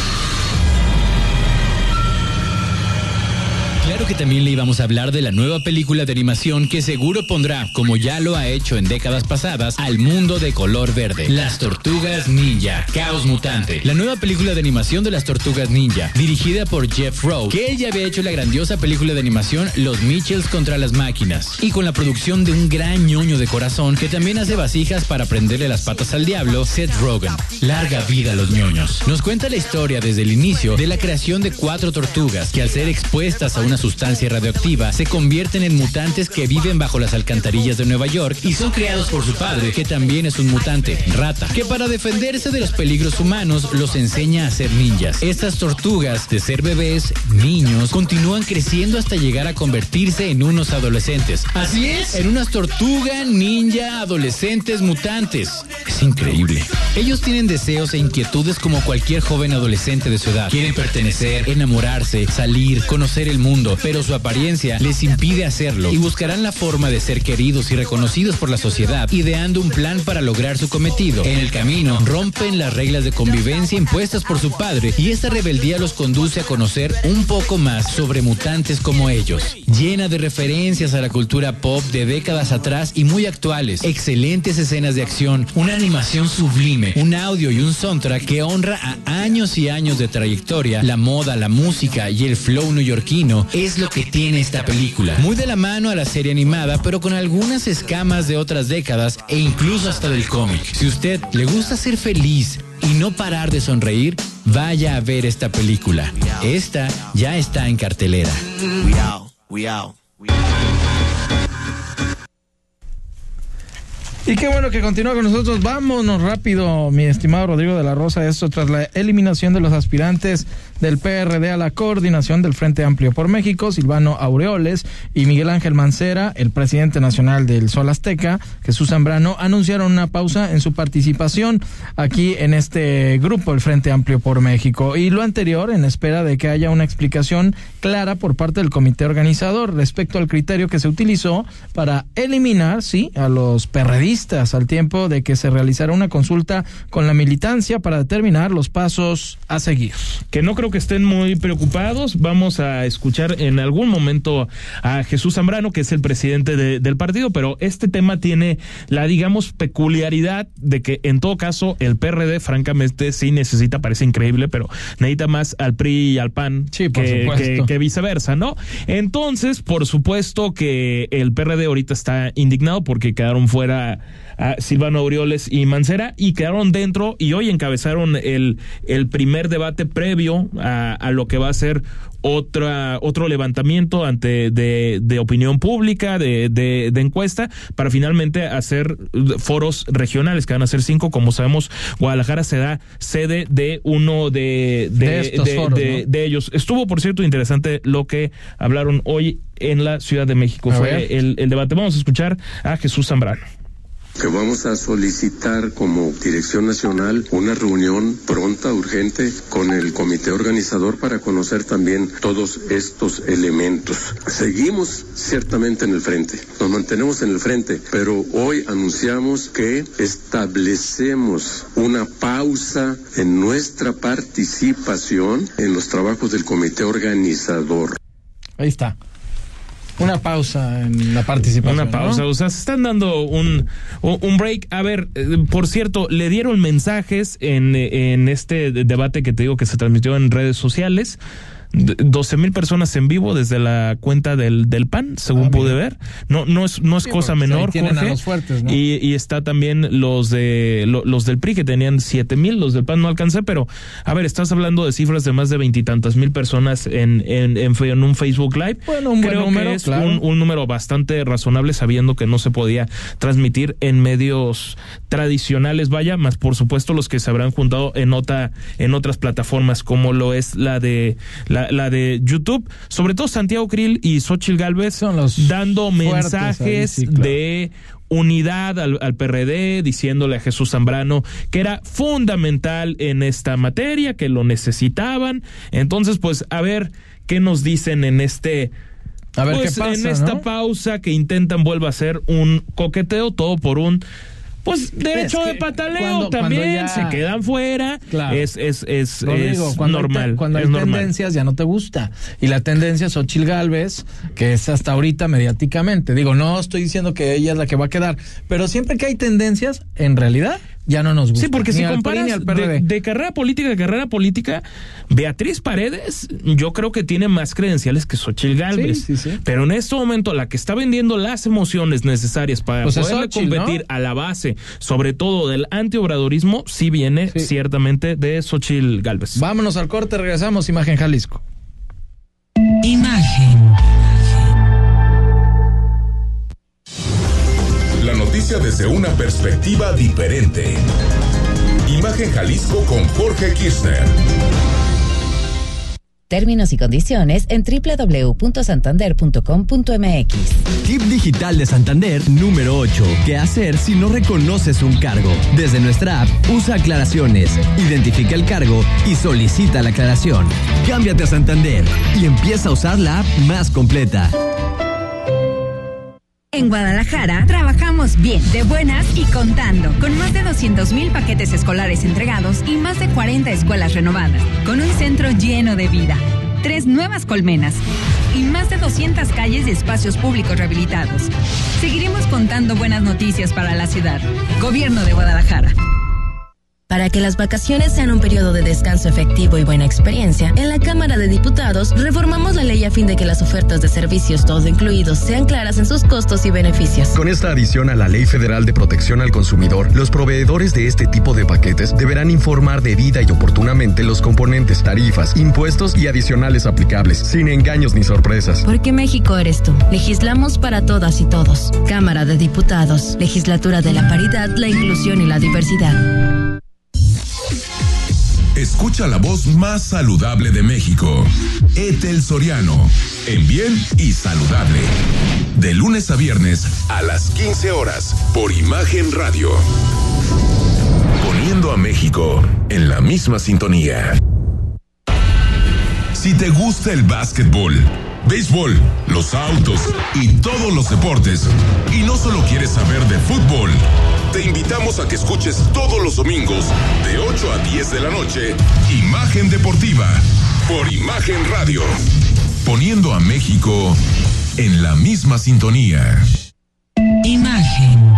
Claro que también le íbamos a hablar de la nueva película de animación que seguro pondrá, como ya lo ha hecho en décadas pasadas, al mundo de color verde. Las Tortugas Ninja, Caos Mutante. La nueva película de animación de las Tortugas Ninja, dirigida por Jeff Rowe, que él ya había hecho la grandiosa película de animación Los Mitchells contra las máquinas, y con la producción de un gran ñoño de corazón que también hace vasijas para prenderle las patas al diablo, Seth Rogen. Larga vida a los ñoños. Nos cuenta la historia desde el inicio de la creación de 4 tortugas que, al ser expuestas a una sustancia sustancia radioactiva se convierten en mutantes que viven bajo las alcantarillas de Nueva York y son creados por su padre, que también es un mutante, Rata, que para defenderse de los peligros humanos los enseña a ser ninjas. Estas tortugas, de ser bebés, niños, continúan creciendo hasta llegar a convertirse en unos adolescentes. Así es, en unas tortugas ninja adolescentes mutantes. Es increíble. Ellos tienen deseos e inquietudes como cualquier joven adolescente de su edad. Quieren pertenecer, enamorarse, salir, conocer el mundo, pero su apariencia les impide hacerlo y buscarán la forma de ser queridos y reconocidos por la sociedad, ideando un plan para lograr su cometido. En el camino, rompen las reglas de convivencia impuestas por su padre y esta rebeldía los conduce a conocer un poco más sobre mutantes como ellos. Llena de referencias a la cultura pop de décadas atrás y muy actuales, excelentes escenas de acción, una animación sublime, un audio y un soundtrack que honra a años y años de trayectoria. La moda, la música y el flow neoyorquino es lo que tiene esta película. Muy de la mano a la serie animada, pero con algunas escamas de otras décadas e incluso hasta del cómic. Si usted le gusta ser feliz y no parar de sonreír, vaya a ver esta película. Esta ya está en cartelera. We out. Y qué bueno que continúa con nosotros. Vámonos rápido, mi estimado Rodrigo de la Rosa. Esto tras la eliminación de los aspirantes del PRD a la coordinación del Frente Amplio por México, Silvano Aureoles y Miguel Ángel Mancera, el presidente nacional del Sol Azteca, Jesús Zambrano, anunciaron una pausa en su participación aquí en este grupo, el Frente Amplio por México. Y lo anterior en espera de que haya una explicación clara por parte del comité organizador respecto al criterio que se utilizó para eliminar, sí, a los PRDistas, al tiempo de que se realizará una consulta con la militancia para determinar los pasos a seguir. Que no creo que estén muy preocupados. Vamos a escuchar en algún momento a Jesús Zambrano, que es el presidente del partido, pero este tema tiene la, digamos, peculiaridad de que en todo caso el PRD francamente sí necesita, parece increíble, pero necesita más al PRI y al PAN, sí, que viceversa, ¿no? Entonces, por supuesto que el PRD ahorita está indignado porque quedaron fuera a Silvano Aureoles y Mancera y quedaron dentro y hoy encabezaron el primer debate previo a lo que va a ser otro levantamiento de opinión pública, de encuesta, para finalmente hacer foros regionales, que van a ser 5. Como sabemos, Guadalajara será sede de uno de estos foros, ¿no? De ellos. Estuvo, por cierto, interesante lo que hablaron hoy en la Ciudad de México. Fue el debate. Vamos a escuchar a Jesús Zambrano. Que vamos a solicitar como Dirección Nacional una reunión pronta, urgente, con el comité organizador para conocer también todos estos elementos. Seguimos ciertamente en el frente, nos mantenemos en el frente, pero hoy anunciamos que establecemos una pausa en nuestra participación en los trabajos del comité organizador. Ahí está. Una pausa en la participación. Una pausa, ¿no? O sea, se están dando un break. A ver, por cierto, le dieron mensajes en este debate que te digo que se transmitió en redes sociales. 12,000 personas en vivo desde la cuenta del PAN, según pude ver. No es sí, cosa menor, Jorge. A los fuertes, ¿no? Y está también los del PRI, que tenían 7,000, los del PAN no alcancé, pero a ver, estás hablando de cifras de más de 20 y tantas mil personas en un Facebook Live. Bueno, un buen número, que es claro. un número bastante razonable, sabiendo que no se podía transmitir en medios tradicionales, vaya, más por supuesto los que se habrán juntado en otras plataformas, como lo es la de YouTube, sobre todo Santiago Krill y Xóchitl Gálvez dando mensajes ahí, sí, claro, de unidad al PRD, diciéndole a Jesús Zambrano que era fundamental en esta materia, que lo necesitaban. Entonces, pues, a ver qué nos dicen en qué pasa, en esta, ¿no?, pausa que intentan vuelva a ser un coqueteo, todo por un derecho de pataleo. También se quedan fuera. Claro. Es normal. Cuando hay tendencias ya no te gusta. Y la tendencia es Xóchitl Gálvez, que es hasta ahorita mediáticamente. Digo, no estoy diciendo que ella es la que va a quedar, pero siempre que hay tendencias, en realidad ya no nos gusta. Sí, porque si comparas de carrera política, Beatriz Paredes, yo creo que tiene más credenciales que Xóchitl Gálvez. Sí. Pero en este momento, la que está vendiendo las emociones necesarias para poderle competir, ¿no?, a la base, sobre todo del antiobradorismo, sí viene ciertamente de Xóchitl Gálvez. Vámonos al corte, regresamos. Imagen Jalisco. Imagen. noticia desde una perspectiva diferente. Imagen Jalisco con Jorge Kirchner. Términos y condiciones en www.santander.com.mx. Tip digital de Santander número 8. ¿Qué hacer si no reconoces un cargo? Desde nuestra app, usa aclaraciones, identifica el cargo y solicita la aclaración. Cámbiate a Santander y empieza a usar la app más completa. En Guadalajara trabajamos bien, de buenas y contando, con más de 200,000 paquetes escolares entregados y más de 40 escuelas renovadas, con un centro lleno de vida, 3 nuevas colmenas y más de 200 calles y espacios públicos rehabilitados. Seguiremos contando buenas noticias para la ciudad. Gobierno de Guadalajara. Para que las vacaciones sean un periodo de descanso efectivo y buena experiencia, en la Cámara de Diputados reformamos la ley a fin de que las ofertas de servicios todo incluidos sean claras en sus costos y beneficios. Con esta adición a la Ley Federal de Protección al Consumidor, los proveedores de este tipo de paquetes deberán informar debida y oportunamente los componentes, tarifas, impuestos y adicionales aplicables, sin engaños ni sorpresas. Porque México eres tú. Legislamos para todas y todos. Cámara de Diputados. Legislatura de la Paridad, la Inclusión y la Diversidad. Escucha la voz más saludable de México. Ethel Soriano, en Bien y Saludable. De lunes a viernes a las 15 horas por Imagen Radio. Poniendo a México en la misma sintonía. Si te gusta el básquetbol, béisbol, los autos y todos los deportes, y no solo quieres saber de fútbol, te invitamos a que escuches todos los domingos de 8 a 10 de la noche Imagen Deportiva por Imagen Radio, poniendo a México en la misma sintonía. Imagen.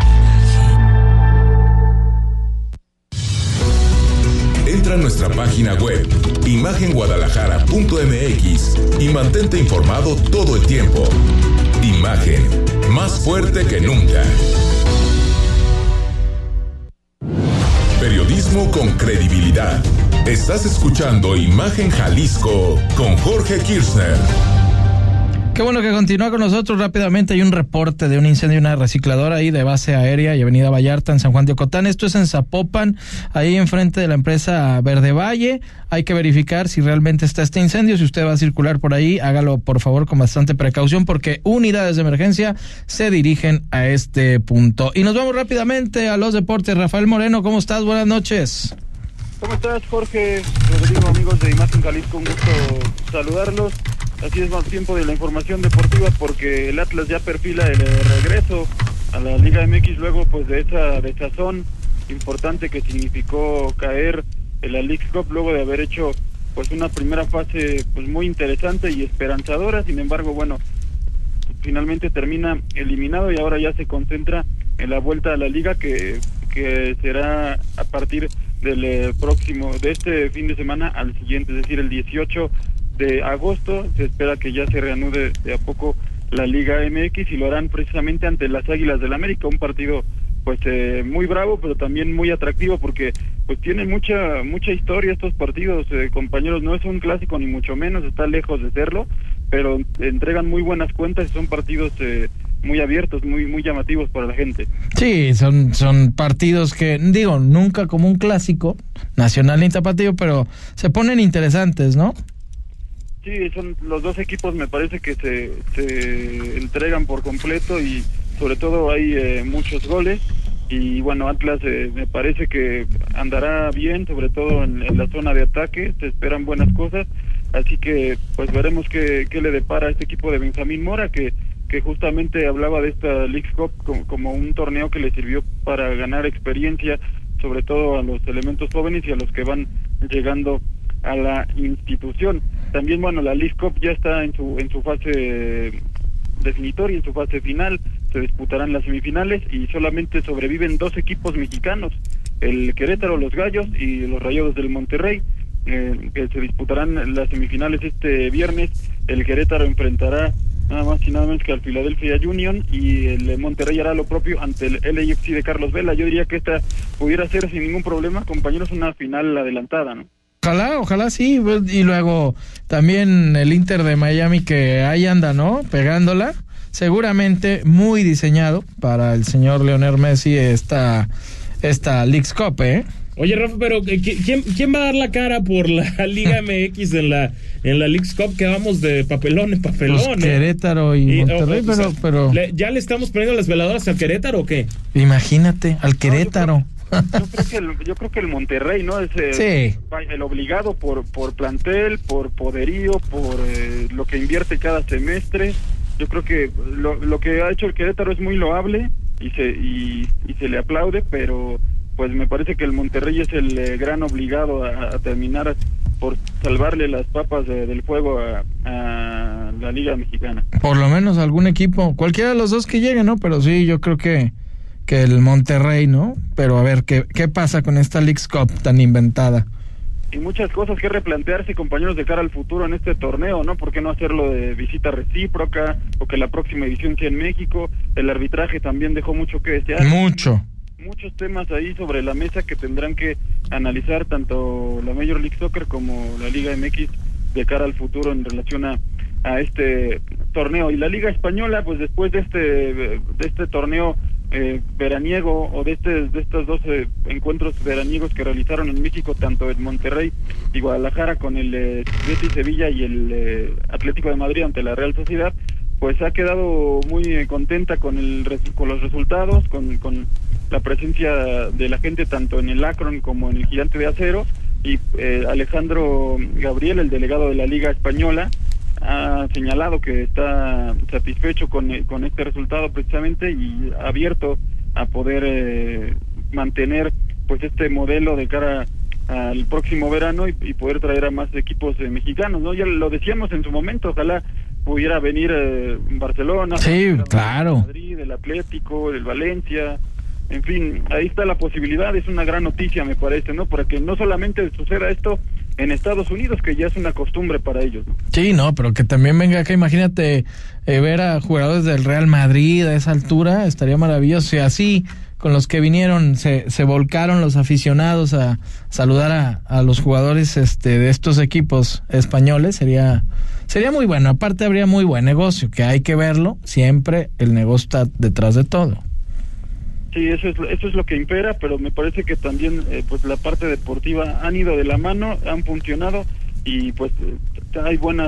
Entra a nuestra página web imagenguadalajara.mx y mantente informado todo el tiempo. Imagen, más fuerte que nunca. Periodismo con credibilidad. Estás escuchando Imagen Jalisco con Jorge Kirchner. Qué bueno que continúa con nosotros rápidamente. Hay un reporte de un incendio en una recicladora ahí de Base Aérea y Avenida Vallarta en San Juan de Ocotán. Esto es en Zapopan, ahí enfrente de la empresa Verde Valle. Hay que verificar si realmente está este incendio. Si usted va a circular por ahí, hágalo por favor con bastante precaución porque unidades de emergencia se dirigen a este punto. Y nos vamos rápidamente a los deportes. Rafael Moreno, ¿cómo estás? Buenas noches. ¿Cómo estás, Jorge? Rodrigo, amigos de Imagen Jalisco, un gusto saludarlos. Así es, más tiempo de la información deportiva porque el Atlas ya perfila el regreso a la Liga MX luego pues de esa desazón importante que significó caer en la Leagues Cup luego de haber hecho pues una primera fase pues muy interesante y esperanzadora. Sin embargo, bueno, finalmente termina eliminado y ahora ya se concentra en la vuelta a la liga que será a partir del de este fin de semana al siguiente, es decir, el 18 de agosto. Se espera que ya se reanude de a poco la Liga MX y lo harán precisamente ante las Águilas del América, un partido pues muy bravo, pero también muy atractivo porque pues tienen mucha historia estos partidos, compañeros. No es un clásico ni mucho menos, está lejos de serlo, pero entregan muy buenas cuentas y son partidos muy abiertos, muy llamativos para la gente. Sí, son partidos que, digo, nunca como un clásico nacional ni tapatío, pero se ponen interesantes, ¿no? Sí, son los dos equipos, me parece que se entregan por completo y sobre todo hay muchos goles y bueno, Atlas me parece que andará bien, sobre todo en la zona de ataque, se esperan buenas cosas, así que pues veremos qué le depara a este equipo de Benjamín Mora que justamente hablaba de esta Leagues Cup como un torneo que le sirvió para ganar experiencia, sobre todo a los elementos jóvenes y a los que van llegando a la institución. También, bueno, la Leagues Cup ya está en su fase definitoria, en su fase final, se disputarán las semifinales y solamente sobreviven 2 equipos mexicanos, el Querétaro, los Gallos y los Rayados del Monterrey, que se disputarán las semifinales este viernes. El Querétaro enfrentará nada más y nada menos que al Philadelphia Union y el Monterrey hará lo propio ante el LAFC de Carlos Vela. Yo diría que esta pudiera ser sin ningún problema, compañeros, una final adelantada, ¿no? Ojalá sí, y luego también el Inter de Miami que ahí anda, ¿no? Pegándola, seguramente muy diseñado para el señor Lionel Messi esta Leagues Cup, ¿eh? Oye, Rafa, pero ¿quién va a dar la cara por la Liga MX en la Leagues Cup? Que vamos de papelón en papelón. Pues Querétaro y Monterrey, pero... ¿Ya le estamos poniendo las veladoras al Querétaro o qué? Imagínate, al Querétaro. Yo creo que el Monterrey, ¿no? Es el obligado por plantel, por poderío, por lo que invierte cada semestre. Yo creo que lo que ha hecho el Querétaro es muy loable y se le aplaude, pero pues me parece que el Monterrey es el gran obligado a terminar por salvarle las papas del fuego a la Liga Mexicana. Por lo menos algún equipo, cualquiera de los dos que llegue, ¿no? Pero sí, yo creo que el Monterrey, ¿no? Pero a ver, ¿qué pasa con esta Leagues Cup tan inventada? Y muchas cosas que replantearse, compañeros, de cara al futuro en este torneo, ¿no? ¿Por qué no hacerlo de visita recíproca o que la próxima edición sea en México? El arbitraje también dejó mucho que desear. Muchos temas ahí sobre la mesa que tendrán que analizar tanto la Major League Soccer como la Liga MX de cara al futuro en relación a este torneo. Y la Liga Española, pues después de este torneo veraniego o de estos dos encuentros veraniegos que realizaron en México, tanto en Monterrey y Guadalajara con el Betis Sevilla y el Atlético de Madrid ante la Real Sociedad, pues ha quedado muy contenta con los resultados, con la presencia de la gente tanto en el Akron como en el Gigante de Acero, y Alejandro Gabriel, el delegado de la Liga Española, ha señalado que está satisfecho con este resultado precisamente y abierto a poder mantener pues este modelo de cara al próximo verano y poder traer a más equipos mexicanos, ¿no? Ya lo decíamos en su momento, ojalá pudiera venir Barcelona, claro, Madrid, el Atlético, el Valencia, en fin, ahí está la posibilidad. Es una gran noticia, me parece, ¿no? Para que no solamente suceda esto en Estados Unidos, que ya es una costumbre para ellos, ¿no? Sí, no, pero que también venga acá, imagínate ver a jugadores del Real Madrid a esa altura, estaría maravilloso. Y así, con los que vinieron, se volcaron los aficionados a saludar a los jugadores de estos equipos españoles, sería muy bueno. Aparte habría muy buen negocio, que hay que verlo, siempre el negocio está detrás de todo. Sí, eso es lo que impera, pero me parece que también pues la parte deportiva han ido de la mano, han funcionado y pues hay buenos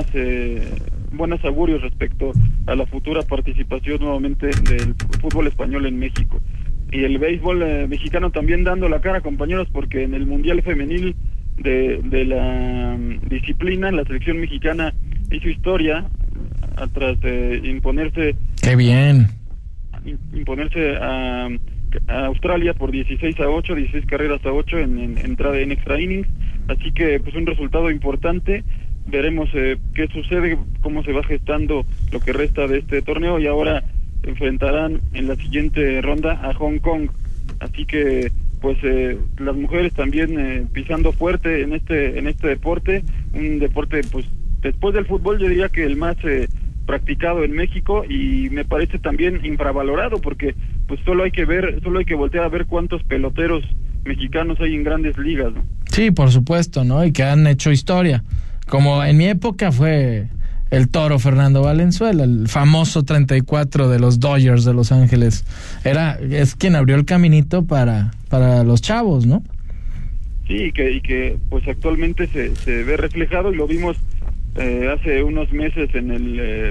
augurios respecto a la futura participación nuevamente del fútbol español en México. Y el béisbol mexicano también dando la cara, compañeros, porque en el Mundial Femenil de la disciplina, la selección mexicana hizo historia tras imponerse. ¡Qué bien! Imponerse a Australia por 16 carreras a 8 en extra innings, así que pues un resultado importante. Veremos qué sucede, cómo se va gestando lo que resta de este torneo, y ahora enfrentarán en la siguiente ronda a Hong Kong, así que pues las mujeres también pisando fuerte en este deporte, un deporte pues después del fútbol yo diría que el más practicado en México, y me parece también infravalorado, porque pues solo hay que voltear a ver cuántos peloteros mexicanos hay en grandes ligas, ¿no? Sí, por supuesto, ¿no? Y que han hecho historia. Como en mi época fue el Toro Fernando Valenzuela, el famoso 34 de los Dodgers de Los Ángeles. Es quien abrió el caminito para los chavos, ¿no? Sí, y que pues actualmente se ve reflejado, y lo vimos hace unos meses en el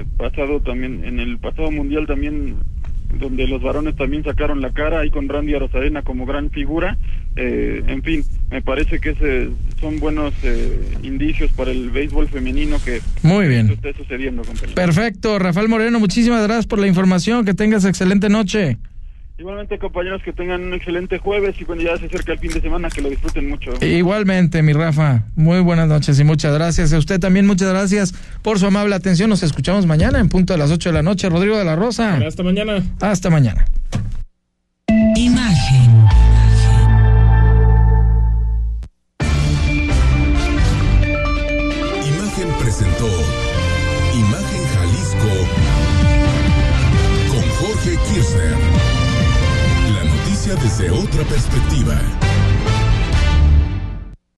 pasado mundial también, donde los varones también sacaron la cara ahí con Randy Arozarena como gran figura. En fin, me parece que son buenos indicios para el béisbol femenino que muy bien esté sucediendo, compañero. Perfecto, Rafael Moreno, muchísimas gracias por la información, que tengas excelente noche. Igualmente, compañeros, que tengan un excelente jueves, y cuando ya se acerca el fin de semana, que lo disfruten mucho. Igualmente, mi Rafa, muy buenas noches y muchas gracias. A usted también muchas gracias por su amable atención. Nos escuchamos mañana en punto de las 8 de la noche. Rodrigo de la Rosa. Hasta mañana. Hasta mañana. Imagen. Imagen presentó Imagen Jalisco con Jorge Kirchner. La noticia desde otra perspectiva.